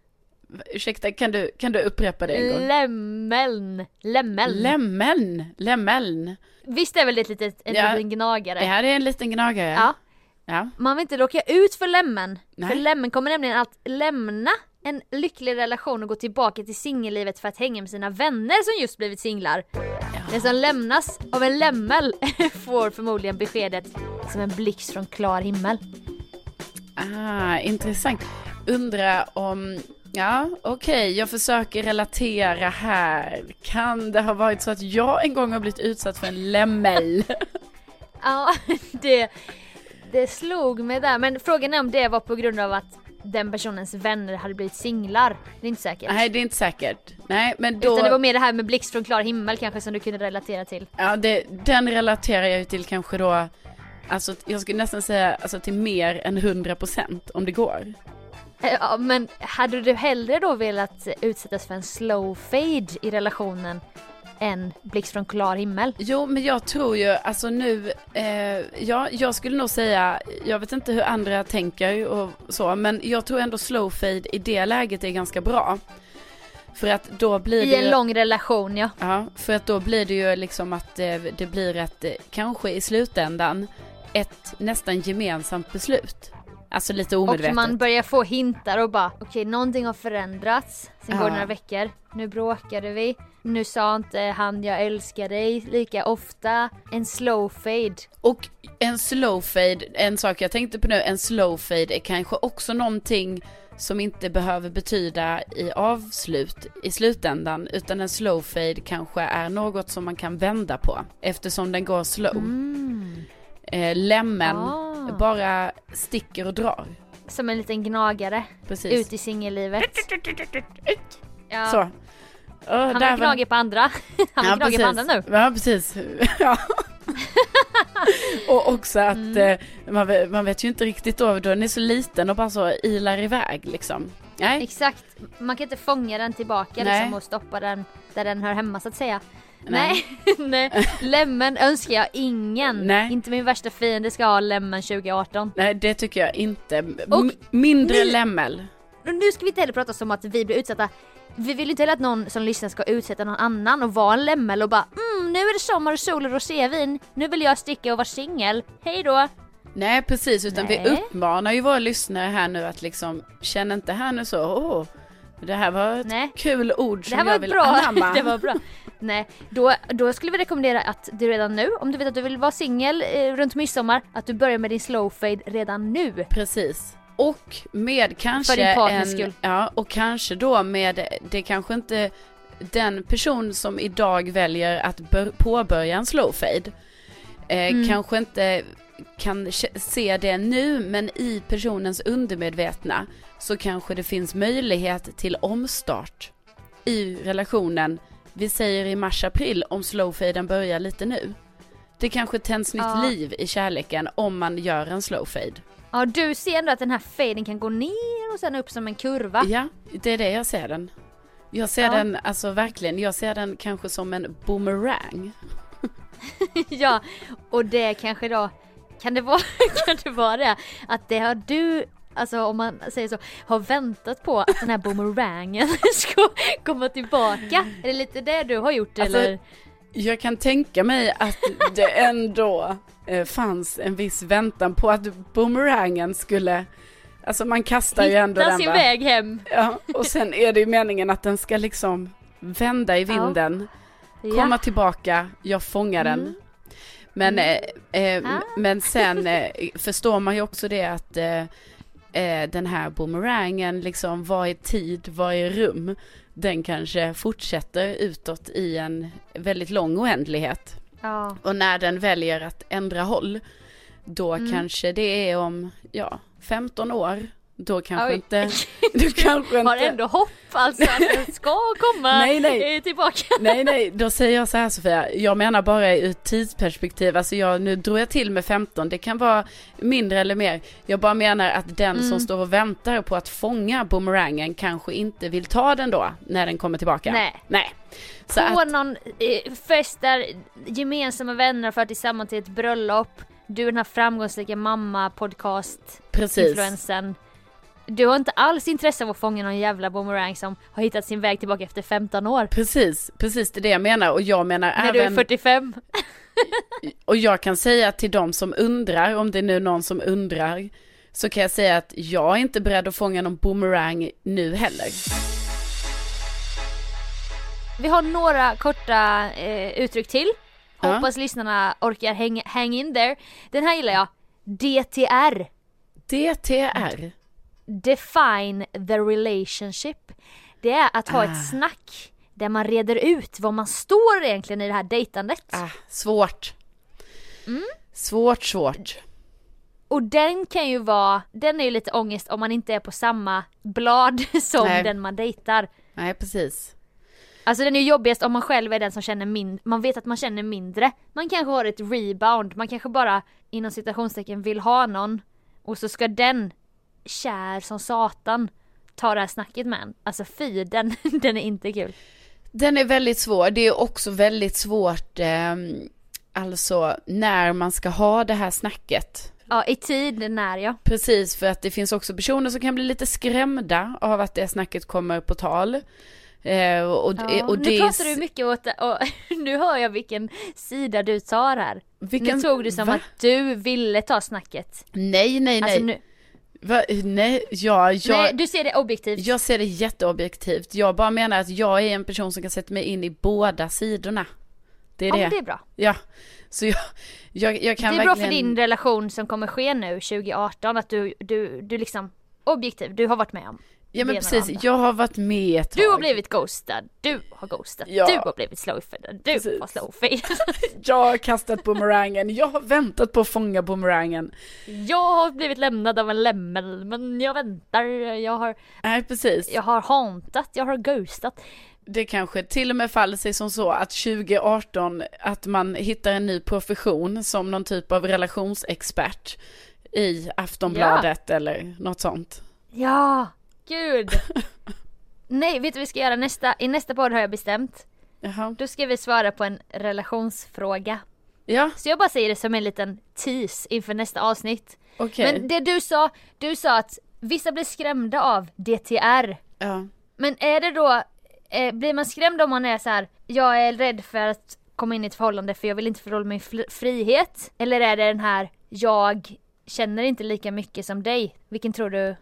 Ursäkta, kan du, kan du upprepa det en gång? Lämmeln. Lämmeln. Lämmeln, lämmeln. Visst är väl det ett litet, en Ja. liten gnagare? Det här är en liten gnagare. Ja. Ja. Man vill inte råka ut för lämmen. Nej. För lämmen kommer nämligen att lämna en lycklig relation och gå tillbaka till singellivet för att hänga med sina vänner som just blivit singlar. Den som lämnas av en lämmel får förmodligen beskedet som en blixt från klar himmel. Ah, intressant. Undrar om, ja okej, jag försöker relatera här. Kan det ha varit så att jag en gång har blivit utsatt för en lämmel? Ja, det, det slog mig där. Men frågan är om det var på grund av att den personens vänner hade blivit singlar. Det är inte säkert. Nej, det är inte säkert. Nej, men då... Utan det var mer det här med blixt från klar himmel kanske som du kunde relatera till. Ja, det, den relaterar jag ju till kanske då, alltså jag skulle nästan säga alltså till mer än hundra procent om det går. Ja, men hade du hellre då velat utsättas för en slow fade i relationen än Blixt från klar himmel. Jo, men jag tror ju, alltså nu, eh, ja, jag skulle nog säga, jag vet inte hur andra tänker och så, men jag tror ändå slow fade i det läget är ganska bra. För att då blir I det en ju, lång relation, ja. Ja, för att då blir det ju liksom att det, det blir ett, kanske i slutändan, ett nästan gemensamt beslut. Alltså lite omedvetet. Och man börjar få hintar och bara, okej, okay, någonting har förändrats. Sen ja. går det några veckor. Nu bråkade vi. Nu sa inte han jag älskar dig lika ofta. En slow fade. Och en slow fade, en sak jag tänkte på nu, en slow fade är kanske också någonting som inte behöver betyda i avslut i slutändan, utan en slow fade kanske är något som man kan vända på eftersom den går slow. Mm. Eh, lämmen ah. bara sticker och drar. Som en liten gnagare. Precis. Ut i singellivet. Ja. Så. Oh, han har gnager var... på andra. Han ja, gnager på andra nu. Ja, precis. Ja. Och också att mm. eh, man, vet, man vet ju inte riktigt då, då den är så liten och bara så ilar iväg liksom. Nej. Exakt. Man kan inte fånga den tillbaka liksom, och stoppa den där den hör hemma så att säga. Nej, nej. Lämmen önskar jag ingen. Nej. Inte min värsta fiende ska ha lämmen tjugo arton. Nej, det tycker jag inte. M- och mindre ni... lämmel. Nu ska vi inte heller prata som att vi blir utsatta. Vi vill inte heller att någon som lyssnar ska utsätta någon annan och vara en lämmel och bara mm, nu är det sommar och sol och rosévin. Nu vill jag sticka och vara singel. Hej då. Nej, precis. Utan Nej. vi uppmanar ju våra lyssnare här nu att liksom känna inte här nu så åh, det här var ett Nej. kul ord som det här jag vill bra. anamma. Det var bra. Nej, då, då skulle vi rekommendera att du redan nu, om du vet att du vill vara singel eh, runt midsommar, att du börjar med din slow fade redan nu. Precis. Och med kanske en, skull. Ja, och kanske då med, det kanske inte den person som idag väljer att bör, påbörja en slow fade eh, mm. kanske inte kan se det nu, men i personens undermedvetna så kanske det finns möjlighet till omstart i relationen. Vi säger i mars-april om slowfaden börjar lite nu. Det kanske tänds nytt ja. liv i kärleken om man gör en slowfade. Ja, du ser ändå att den här faden kan gå ner och sen upp som en kurva. Ja, det är det jag ser den. Jag ser ja. den, alltså verkligen, jag ser den kanske som en boomerang. Ja, och det kanske då, kan det vara, kan det vara det? Att det har du, alltså om man säger så, har väntat på att den här boomerangen ska komma tillbaka. Är det lite det du har gjort alltså, eller? Jag kan tänka mig att det ändå eh, fanns en viss väntan på att boomerangen skulle, alltså man kastar hitta ju ändå den sin va? väg hem. Ja, och sen är det ju meningen att den ska liksom vända i vinden, ja. komma ja. tillbaka, jag fångar mm. den. Men, mm. eh, eh, ah. men sen eh, förstår man ju också det att eh, eh, den här boomerangen liksom, vad är tid, vad är rum, den kanske fortsätter utåt i en väldigt lång oändlighet. Ja. Och när den väljer att ändra håll, då mm. kanske det är om ja, femton år. Då kanske Oj. inte... Du kanske inte... Har ändå hopp alltså att den ska komma nej, nej. tillbaka. Nej, nej, då säger jag så här Sofia. Jag menar bara ur tidsperspektiv. Alltså jag, nu drog jag till med femton. Det kan vara mindre eller mer. Jag bara menar att den mm. som står och väntar på att fånga boomerangen kanske inte vill ta den då när den kommer tillbaka. Nej. Nej. Så på att... någon eh, fest där gemensamma vänner för tillsammans till ett bröllop. Du den här framgångsrika mamma-podcast-influensen. Du har inte alls intresse av att fånga någon jävla boomerang som har hittat sin väg tillbaka efter femton år. Precis, precis det är det jag menar. Och jag menar när även... du är fyrtiofem. Och jag kan säga till de som undrar, om det är nu någon som undrar, så kan jag säga att jag är inte beredd att fånga någon boomerang nu heller. Vi har några korta eh, uttryck till. Hoppas ja. lyssnarna orkar hang, hang in there. Den här gillar jag. D T R. D T R? Define the relationship. Det är att ha ah. ett snack där man reder ut vad man står egentligen i det här dejtandet. Ah, svårt. Mm. Svårt, svårt. Och den kan ju vara, den är ju lite ångest om man inte är på samma blad som Nej. den man dejtar. Nej, precis. Alltså den är ju jobbigast om man själv är den som känner mindre. Man vet att man känner mindre. Man kanske har ett rebound. Man kanske bara inom citationstecken vill ha någon. Och så ska den kär som satan ta det här snacket med en. Alltså fy, den, den är inte kul. Den är väldigt svår. Det är också väldigt svårt eh, alltså när man ska ha det här snacket. Ja, i tid när jag. Precis, för att det finns också personer som kan bli lite skrämda av att det snacket kommer på tal. Eh, och, ja, och nu det pratar du mycket åt och nu hör jag vilken sida du tar här. Vilken, nu tog du som va? Att du ville ta snacket. Nej, nej, nej. Alltså, nu... Va? Nej, ja, jag, nej, du ser det objektivt. Jag ser det jätteobjektivt. Jag bara menar att jag är en person som kan sätta mig in i båda sidorna. Det är ja, det. det är bra. Ja, så jag, jag, jag kan det är verkligen... bra för din relation som kommer ske nu tjugo arton att du, du, du liksom objektiv, du har varit med om. Ja men precis, jag har varit med ett tag. Du har blivit ghostad, du har ghostat, ja. Du har blivit slowfeedad, du precis. Har slowfeedad. Jag har kastat boomerangen, jag har väntat på att fånga boomerangen. Jag har blivit lämnad av en lämmel, men jag väntar, jag har... Nej precis. Jag har hauntat, jag har ghostat. Det kanske till och med faller sig som så att tjugo arton att man hittar en ny profession som någon typ av relationsexpert i Aftonbladet ja. Eller något sånt. Ja, gud. Nej, vet du vad vi ska göra nästa? I nästa podd har jag bestämt. Jaha. Då ska vi svara på en relationsfråga. Ja. Så jag bara säger det som en liten tease inför nästa avsnitt. Okay. Men det du sa, du sa att vissa blir skrämda av D T R. Ja. Men är det då, eh, blir man skrämd om man är så här, jag är rädd för att komma in i ett förhållande för jag vill inte förlora min fl- frihet? Eller är det den här, jag känner inte lika mycket som dig? Vilken tror du?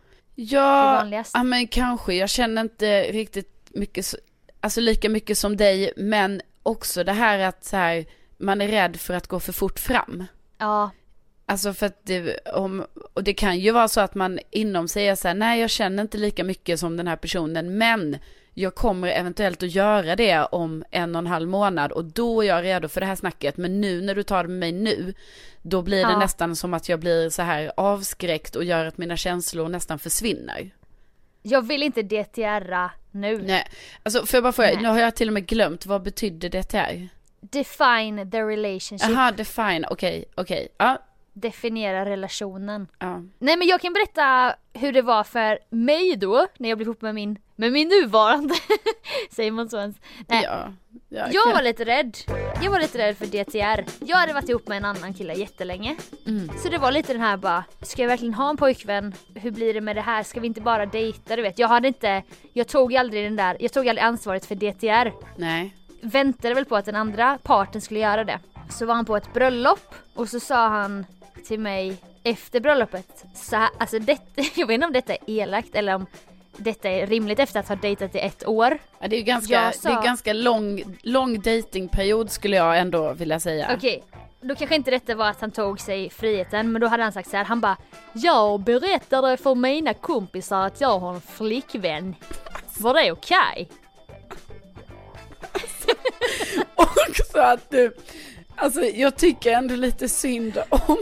Ja, ja men kanske. Jag känner inte riktigt mycket, alltså lika mycket som dig, men också det här att så här, man är rädd för att gå för fort fram. Ja. Alltså för att det, om, och det kan ju vara så att man inom sig är så här, nej jag känner inte lika mycket som den här personen, men jag kommer eventuellt att göra det om en och en halv månad och då är jag redo för det här snacket, men nu när du tar det med mig nu, då blir det ja. Nästan som att jag blir så här avskräckt och gör att mina känslor nästan försvinner. Jag vill inte D T R nu. Nej, alltså för jag bara fråga, nu har jag till och med glömt, vad betyder D T R? Define the relationship. Jaha, define, okej, okay, okej, okay. Ja. Definiera relationen. Ja. Nej men jag kan berätta hur det var för mig då när jag blev ihop med min med min nuvarande säger man så ens. Nej. Ja, ja, jag var lite rädd. Jag var lite rädd för D T R. Jag hade varit ihop med en annan kille jättelänge. Mm. Så det var lite den här bara, ska jag verkligen ha en pojkvän? Hur blir det med det här? Ska vi inte bara dejta, du vet? Jag hade inte jag tog aldrig den där. Jag tog aldrig ansvaret för D T R. Nej. Väntade väl på att den andra parten skulle göra det. Så var han på ett bröllop och så sa han till mig efter bröllopet så här, alltså det, jag vet inte om detta är elakt eller om detta är rimligt efter att ha dejtat i ett år. Ja, det är ju ganska, sa, det är ganska lång, lång datingperiod skulle jag ändå vilja säga. Okej, då kanske inte detta var att han tog sig friheten, men då hade han sagt så här, han bara, jag berättade för mina kompisar att jag har en flickvän. Var det okej? Och så att du, alltså jag tycker ändå lite synd om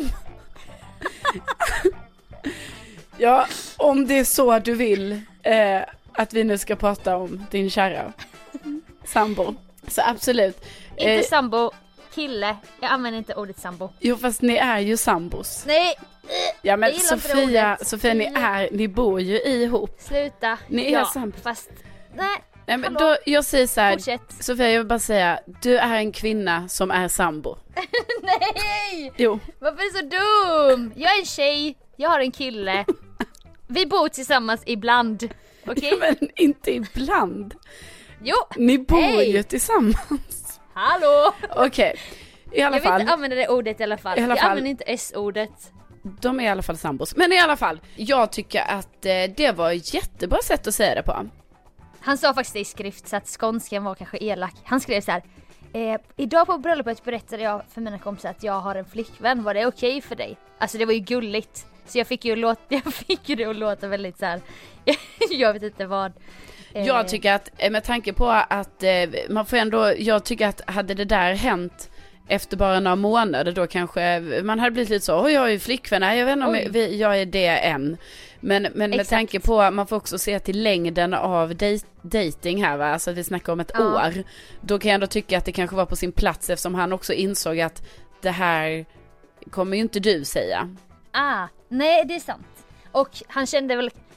ja, om det är så du vill eh, att vi nu ska prata om din kära sambo. Så absolut. Inte eh, sambo, kille. Jag använder inte ordet sambo. Jo, fast ni är ju sambos. Nej. Ja, men Sofia, Sofia, ni är, ni bor ju ihop. Sluta. Ni är ja, sambos. Fast, nej. Nej, men då, jag säger så här, fortsätt. Sofia, jag vill bara säga, du är en kvinna som är sambo. Nej! Jo. Varför är du så dum? Jag är en tjej, jag har en kille. Vi bor tillsammans ibland. Okej? Okay? Ja, men inte ibland. Jo. Ni bor hey. ju tillsammans. Hallå? Okej. Okay. I alla jag fall. vill inte använda det ordet i alla fall. I alla jag fall. använder inte S-ordet. De är i alla fall sambos. Men i alla fall, jag tycker att eh, det var ett jättebra sätt att säga det på. Han sa faktiskt det i skrift så att skånskan var kanske elak. Han skrev så här: eh, idag på bröllopet berättade jag för mina kompisar att jag har en flickvän. Var det okej okay för dig? Alltså det var ju gulligt. Så jag fick ju låta, jag fick ju det att låta väldigt så här. Jag vet inte vad. Eh. Jag tycker att med tanke på att eh, man får ändå, jag tycker att hade det där hänt efter bara några månader, då kanske man hade blivit lite så, oj jag är ju flickvän, nej jag vet inte om jag, jag är det än. Men, men med tanke på, man får också se till längden av dej, dating här va, alltså att vi snackar om ett ja. år. Då kan jag ändå tycka att det kanske var på sin plats eftersom han också insåg att det här kommer ju inte du säga. Ah, nej det är sant. Och han kände väl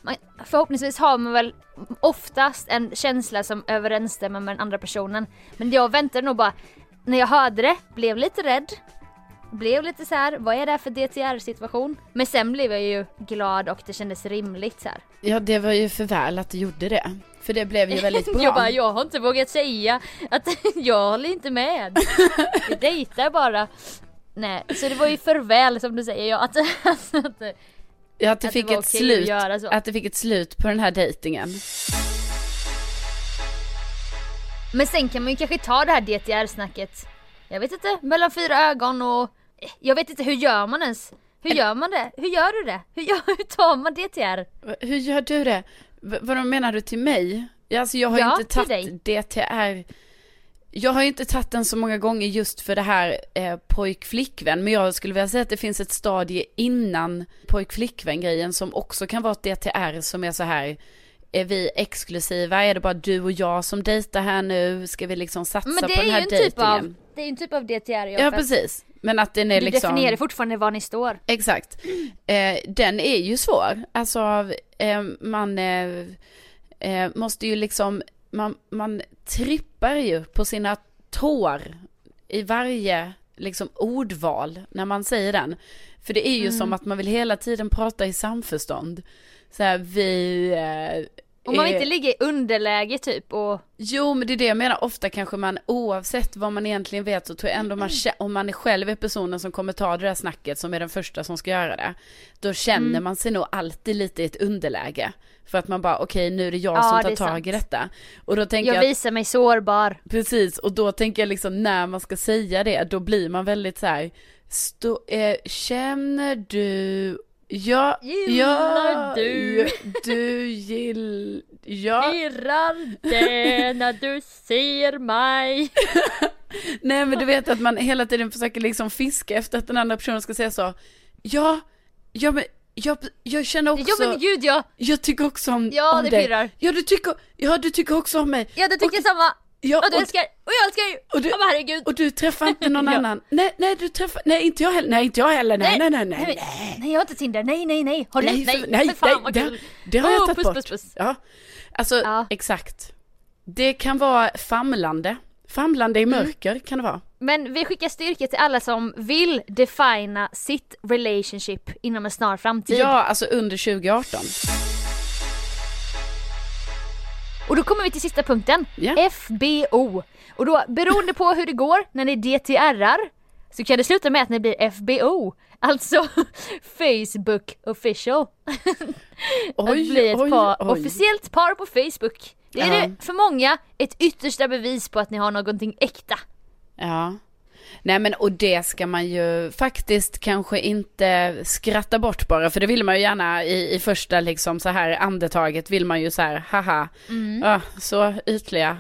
man, förhoppningsvis har man väl oftast en känsla som överensstämmer med den andra personen. Men jag väntade nog bara, när jag hörde det, blev lite rädd. Blev lite så här, vad är det här för D T R-situation? Men sen blev jag ju glad och det kändes rimligt så här. Ja, det var ju för väl att du gjorde det. För det blev ju väldigt bra. Jag bara, jag har inte vågat säga att jag håller inte med. Vi dejtar bara. Nej, så det var ju för väl som du säger. Ja, att, att, att, ja, att det fick det ett slut. Att, att det fick ett slut på den här dejtingen. Men sen kan man ju kanske ta det här D T R-snacket. Jag vet inte, mellan fyra ögon och... Jag vet inte, hur gör man ens? Hur gör man det? Hur gör du det? Hur, gör, hur tar man D T R? Hur gör du det? V- vad menar du till mig? Alltså jag har ja, inte tagit D T R. Jag har ju inte tagit den så många gånger just för det här eh, pojk-flickvän. Men jag skulle vilja säga att det finns ett stadie innan pojk-flickvän-grejen som också kan vara ett D T R som är så här... Är vi exklusiva? Är det bara du och jag som dejtar här nu? Ska vi liksom satsa på den här dejtingen? Typ av, det är ju en typ av D T R. Ja, precis. Men att den är du liksom... definierar fortfarande var ni står. Exakt. Eh, den är ju svår. Alltså, eh, man eh, eh, måste ju liksom... Man, man trippar ju på sina tår i varje liksom ordval när man säger den. För det är ju mm. som att man vill hela tiden prata i samförstånd. Så här, vi... Eh, och man vill inte ligga i underläge typ och... Jo, men det är det jag menar. Ofta kanske man, oavsett vad man egentligen vet, så tror jag ändå man, om man är själv är personen som kommer ta det där snacket, som är den första som ska göra det, då känner mm. man sig nog alltid lite i ett underläge. För att man bara, okej, okay, nu är det jag ja, som tar det tag sant. i detta. Och då tänker jag, jag visar mig sårbar. Precis, och då tänker jag liksom, när man ska säga det, då blir man väldigt så här, stå, eh, känner du... Ja, gillar ja, du du gill ja. Irrar det när du ser mig. Nej, men du vet att man hela tiden försöker liksom fiska efter att den andra personen ska säga så. Ja, ja men jag, jag känner också. Ja men gud ja. Jag tycker också om, ja, om det dig. pirrar. Ja, du tycker, ja, du tycker också om mig. Ja, du tycker och, samma. Ja, och du och, älskar, och jag älskar ju. Och du, oh, herregud. Och du träffar inte någon ja. annan. Nej, nej, du träffar, nej, inte jag heller. Nej, inte jag heller. Nej, nej, nej, nej. Nej, nej, nej jag har inte Tinder. Nej, nej, nej. Har du nej, nej, nej, för fan, nej, det, det har oh, jag tagit puss, bort. Puss, puss. Ja, alltså, ja. Exakt. Det kan vara famlande. Famlande i mörker mm. kan det vara. Men vi skickar styrka till alla som vill defina sitt relationship inom en snar framtid. Ja, alltså under tjugo arton. Och då kommer vi till sista punkten. Yeah. F B O. Och då, beroende på hur det går när ni D T R-ar, så kan det sluta med att ni blir F B O. Alltså Facebook official. Oj, att bli ett oj, par, oj. officiellt par på Facebook. Det är ja. det för många ett yttersta bevis på att ni har någonting äkta. Ja. Nej, men och det ska man ju faktiskt kanske inte skratta bort bara, för det vill man ju gärna i, i första liksom så här andetaget vill man ju så här haha mm. ah, så ytliga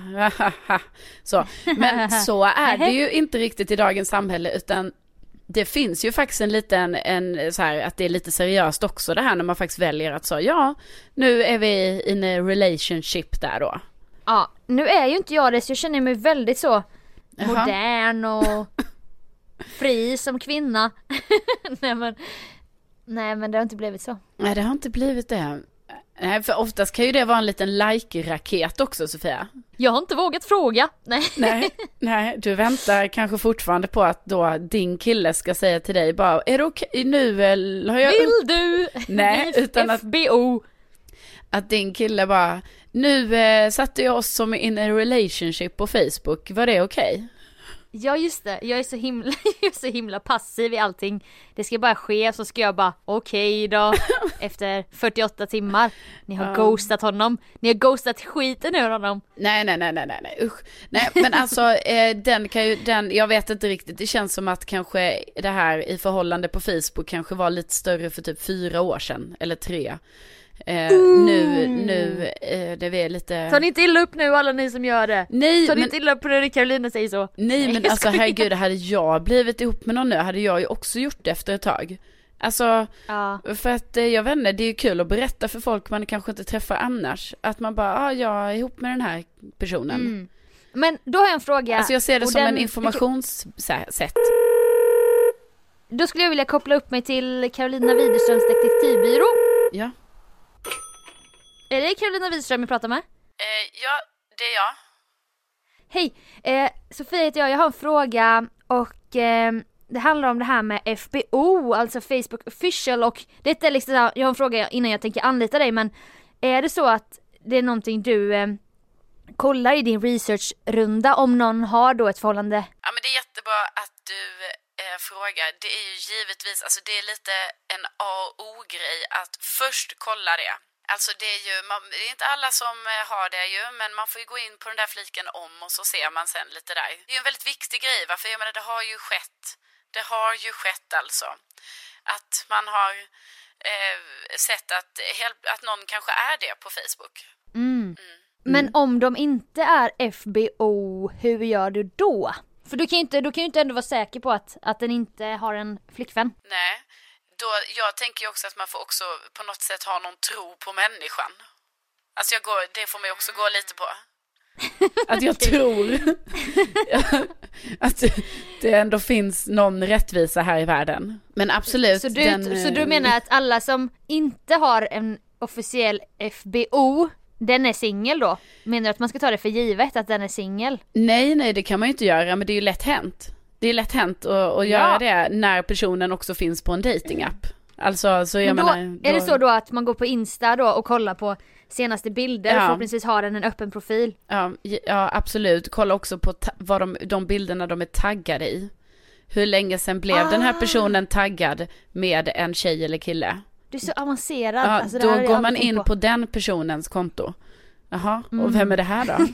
så, men så är det ju inte riktigt i dagens samhälle, utan det finns ju faktiskt en liten en, så här, att det är lite seriöst också det här när man faktiskt väljer att så ja, nu är vi in a relationship där då. Ja, nu är ju inte jag det, så jag känner mig väldigt så Jaha. modern och fri som kvinna. nej, men, nej men det har inte blivit så. Nej, det har inte blivit det. Nej, för oftast kan ju det vara en liten like-raket också, Sofia. Jag har inte vågat fråga. Nej. nej, nej, du väntar kanske fortfarande på att då din kille ska säga till dig bara, är det okej okay nu eller har jag... Vill du? Nej, utan att F B O. Att din kille bara, nu eh, satte jag oss som in a relationship på Facebook, var det okej? Okay? Ja just det, jag är så himla jag är så himla passiv i allting. Det ska bara ske, så ska jag bara okej okay då. Efter fyrtioåtta timmar. Ni har um. ghostat honom. Ni har ghostat skiten ur honom. Nej nej nej nej nej nej usch. Nej, men alltså eh, den kan ju den jag vet inte riktigt. Det känns som att kanske det här i förhållande på Facebook kanske var lite större för typ fyra år sedan eller tre. Eh, nu, nu eh, det är lite... Ta ni inte illa upp nu alla ni som gör det. Nej, Ta ni men... inte illa upp när Carolina säger så. Nej, men alltså herregud, hade jag blivit ihop med någon nu hade jag ju också gjort det efter ett tag. Alltså, ja. för att jag vet inte, det är ju kul att berätta för folk man kanske inte träffar annars. Att man bara, ja, ah, jag är ihop med den här personen. Mm. Men då har jag en fråga. Alltså jag ser det som den... en informationssätt. Då skulle jag vilja koppla upp mig till Carolina Widerströms detektivbyrå. Ja. Är det Carolina Wiström jag pratar med? Eh, ja, det är jag. Hej, eh, Sofia heter jag. Jag har en fråga och eh, det handlar om det här med F B O, alltså Facebook Official. Och detta är liksom, jag har en fråga innan jag tänker anlita dig, men är det så att det är någonting du eh, kollar i din researchrunda om någon har då ett förhållande? Ja, men det är jättebra att du eh, frågar. Det är ju givetvis, alltså det är lite en A och O-grej att först kolla det. Alltså det är ju, man, det är inte alla som har det ju, men man får ju gå in på den där fliken om och så ser man sen lite där. Det är ju en väldigt viktig grej, va? För jag menar, det har ju skett. Det har ju skett alltså. Att man har eh, sett att, att någon kanske är det på Facebook. Mm. Mm. Men om de inte är F B O, hur gör du då? För du kan ju inte, du kan ju inte ändå vara säker på att, att den inte har en flickvän. Nej. Då, jag tänker ju också att man får också på något sätt ha någon tro på människan. Alltså jag går, det får man ju också gå lite på. Att jag tror att det ändå finns någon rättvisa här i världen. Men absolut. Så du, den, så du menar att alla som inte har en officiell F B O, den är singel då? Menar du att man ska ta det för givet att den är singel? Nej, nej, det kan man ju inte göra, men det är ju lätt hänt. Det är lätt hänt att, att göra ja. det när personen också finns på en datingapp. Alltså, så jag men då, menar, då... Är det så då att man går på Insta då och kollar på senaste bilder ja. och förhoppningsvis har den en öppen profil? Ja, ja absolut. Kolla också på ta- vad de, de bilderna de är taggade i. Hur länge sedan blev ah. den här personen taggad med en tjej eller kille? Det är så avancerat. Ja, alltså, det då här går man in på. på den personens konto. Jaha, mm. och vem är det här då?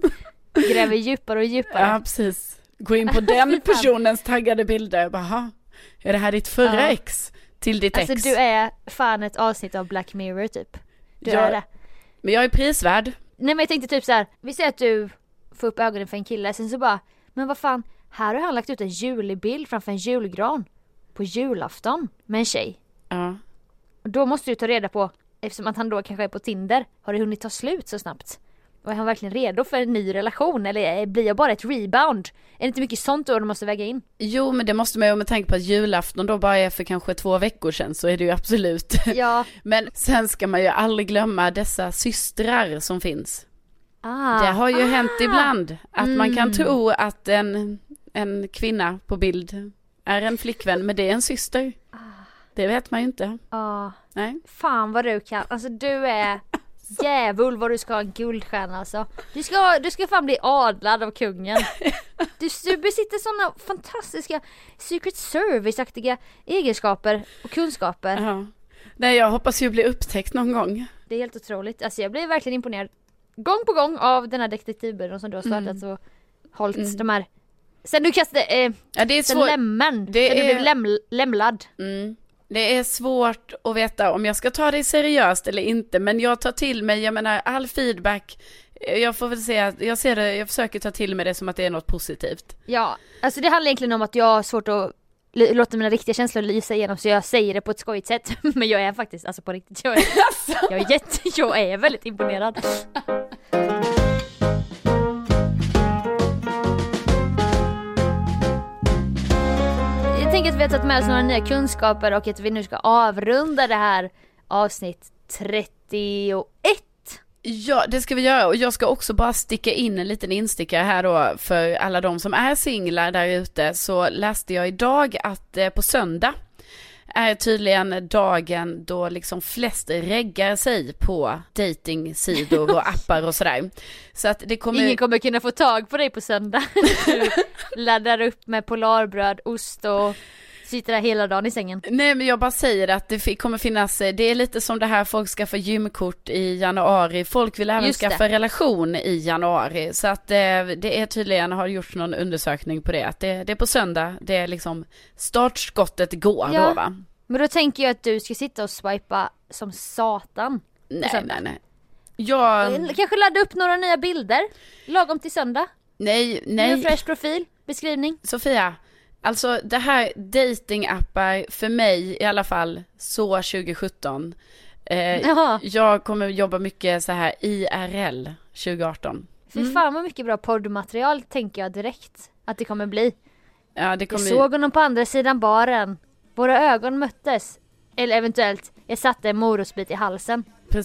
Gräver djupare och djupare. Ja, precis. Gå in på den personens taggade bilder. Jaha, är det här ditt förra ja. ex? Till ditt alltså, ex? Alltså du är fan ett avsnitt av Black Mirror typ. Du jag, är det. Men jag är prisvärd. Nej, men jag tänkte typ så här. Vi säger att du får upp ögonen för en kille. Sen så bara, men vad fan. Här har han lagt ut en julbild framför en julgran. På julafton med en tjej. Ja. Och då måste du ta reda på, eftersom att han då kanske är på Tinder. Har det hunnit ta slut så snabbt? Och är han verkligen redo för en ny relation? Eller blir jag bara ett rebound? Är det inte mycket sånt då du måste väga in? Jo, men det måste man ju, med tanke på att julafton då bara är för kanske två veckor sedan, så är det ju absolut. Ja. Men sen ska man ju aldrig glömma dessa systrar som finns. Ah. Det har ju ah. hänt ibland att mm. man kan tro att en, en kvinna på bild är en flickvän, men det är en syster. Ah. Det vet man ju inte. Ah. Nej. Fan vad du kan. Alltså du är... Jävul vad du ska ha en guldstjärna alltså. Du ska, du ska fan bli adlad av kungen. Du, du besitter sådana fantastiska Secret Service-aktiga egenskaper och kunskaper. Uh-huh. Nej, jag hoppas ju bli upptäckt någon gång. Det är helt otroligt. Alltså jag blir verkligen imponerad gång på gång av den här detektivbyrån som du har startat mm. och hållit mm. de här. Sen du kastade eh, ja, det är sen svår... lämmen. Det sen är... du blev läm- lämlad. Mm. Det är svårt att veta om jag ska ta det seriöst eller inte, men jag tar till mig, jag menar, all feedback, jag får väl säga att jag ser det, jag försöker ta till mig det som att det är något positivt. Ja, alltså det handlar egentligen om att jag har svårt att l- låta mina riktiga känslor lysa igenom, så jag säger det på ett skojigt sätt, men jag är faktiskt, alltså på riktigt, jag är, jag är, jätte, jag är väldigt imponerad. Jag tänker att vi har tagit med oss några nya kunskaper och att vi nu ska avrunda det här avsnitt trettioett. Ja, det ska vi göra, och jag ska också bara sticka in en liten instickare här då för alla de som är singlar där ute. Så läste jag idag att eh, på söndag är tydligen dagen då liksom flest reggar sig på datingsidor och appar och sådär. Så att det kommer... Ingen kommer kunna få tag på dig på söndag. Du laddar upp med polarbröd, ost och sitter där hela dagen i sängen. Nej, men jag bara säger att det kommer finnas, det är lite som det här, folk skaffar gymkort i januari, folk vill även skaffa relation i januari, så att det, det är tydligen, har gjorts någon undersökning på det, att det, det är på söndag, det är liksom startskottet går ja, då va. Men då tänker jag att du ska sitta och swipa som satan. Nej, nej, nej. Jag... Kanske ladda upp några nya bilder, lagom till söndag. Nej, nej. En fresh profil, beskrivning. Sofia, alltså det här datingappar för mig i alla fall så tjugo sjutton. Eh, jag kommer jobba mycket så här I R L tjugo arton. Fy mm. fan vad mycket bra poddmaterial tänker jag direkt att det kommer bli. Ja, det kommer... Jag såg honom på andra sidan baren. Våra ögon möttes. Eller eventuellt, jag satte en morotsbit i halsen. Precis.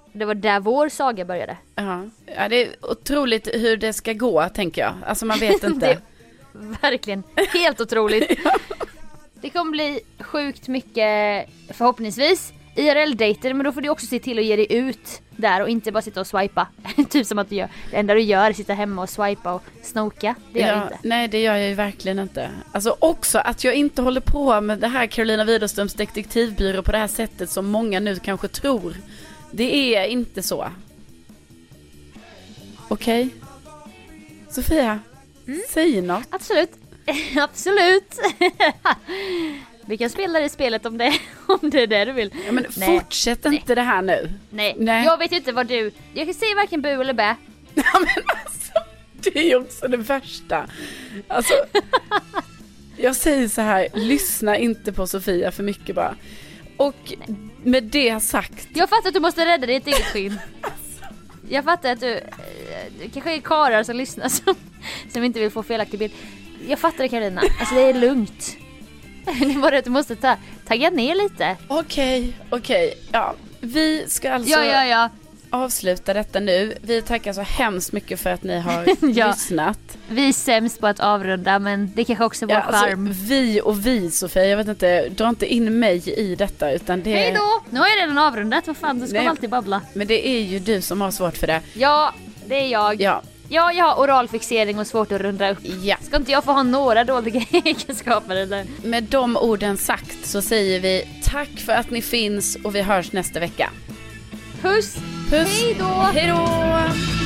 Det var där vår saga började. Ja, ja det är otroligt hur det ska gå, tänker jag. Alltså man vet inte. Det är verkligen helt otroligt. Ja. Det kommer bli sjukt mycket, förhoppningsvis, I R L-dejter, men då får du också se till att ge dig ut där och inte bara sitta och swipa. Typ som att du gör. Det enda du gör är att sitta hemma och swipa och snoka. Det gör ja, jag inte. Nej, det gör jag ju verkligen inte. Alltså också att jag inte håller på med det här Carolina Widerströms detektivbyrå på det här sättet som många nu kanske tror. Det är inte så. Okej? Okay. Sofia, mm. säg något. Absolut. Absolut. Vi kan spela det spelet om det, om det är det du vill. Ja, men Nej. fortsätt inte Nej. det här nu. Nej. Nej, jag vet inte vad du... Jag kan säga varken bu eller bä. Ja, men alltså, det är ju också det värsta. Alltså, jag säger så här, lyssna inte på Sofia för mycket bara. Och Nej. med det sagt... Jag fattar att du måste rädda ditt eget skinn. Alltså. Jag fattar att du... Det kanske är karar som lyssnar som, som inte vill få felaktig bild. Jag fattar det, Carolina. Alltså det är lugnt. Det är bara att du måste ta, tagga ner lite. Okej, okej. Ja, vi ska alltså ja, ja, ja. avsluta detta nu. Vi tackar så hemskt mycket för att ni har ja. lyssnat. Vi är sämst på att avrunda, men det kanske också var ja, charm. Alltså, vi och vi, Sofia, jag vet inte, dra inte in mig i detta utan det... Hej då! Nu har jag redan avrundat, vad fan, du ska Nej, alltid babbla. Men det är ju du som har svårt för det. Ja, det är jag. Ja. Ja, jag har oralfixering och svårt att runda upp. Ja. Ska inte jag få ha några dåliga egenskaper eller? Med de orden sagt så säger vi tack för att ni finns och vi hörs nästa vecka. Puss! Puss! Hej då! Hej då!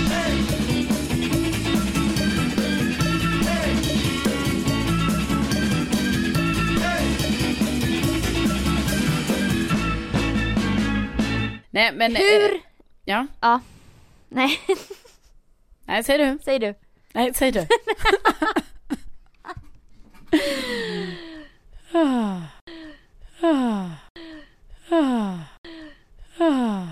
Nej, men... Hur? Äh, ja? Ja. Nej. Nej, säg du. Säg du. Nej, säg du. ah. Ah. Ah. Ah.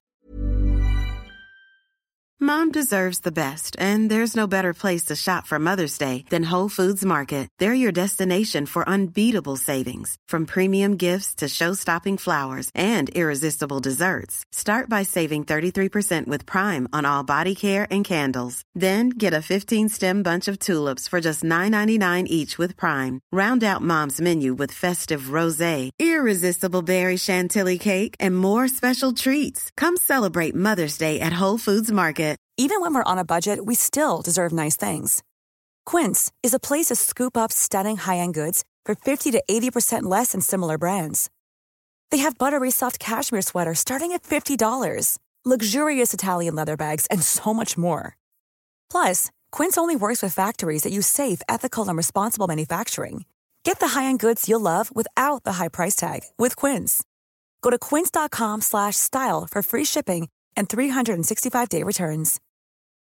Mom deserves the best, and there's no better place to shop for Mother's Day than Whole Foods Market. They're your destination for unbeatable savings, from premium gifts to show-stopping flowers and irresistible desserts. Start by saving thirty-three percent with Prime on all body care and candles. Then get a fifteen-stem bunch of tulips for just nine ninety-nine each with Prime. Round out Mom's menu with festive rosé, irresistible berry chantilly cake, and more special treats. Come celebrate Mother's Day at Whole Foods Market. Even when we're on a budget, we still deserve nice things. Quince is a place to scoop up stunning high-end goods for fifty to eighty percent less than similar brands. They have buttery soft cashmere sweaters starting at fifty dollars, luxurious Italian leather bags, and so much more. Plus, Quince only works with factories that use safe, ethical, and responsible manufacturing. Get the high-end goods you'll love without the high price tag with Quince. Go to quince dot com slash style for free shipping and three sixty-five day returns.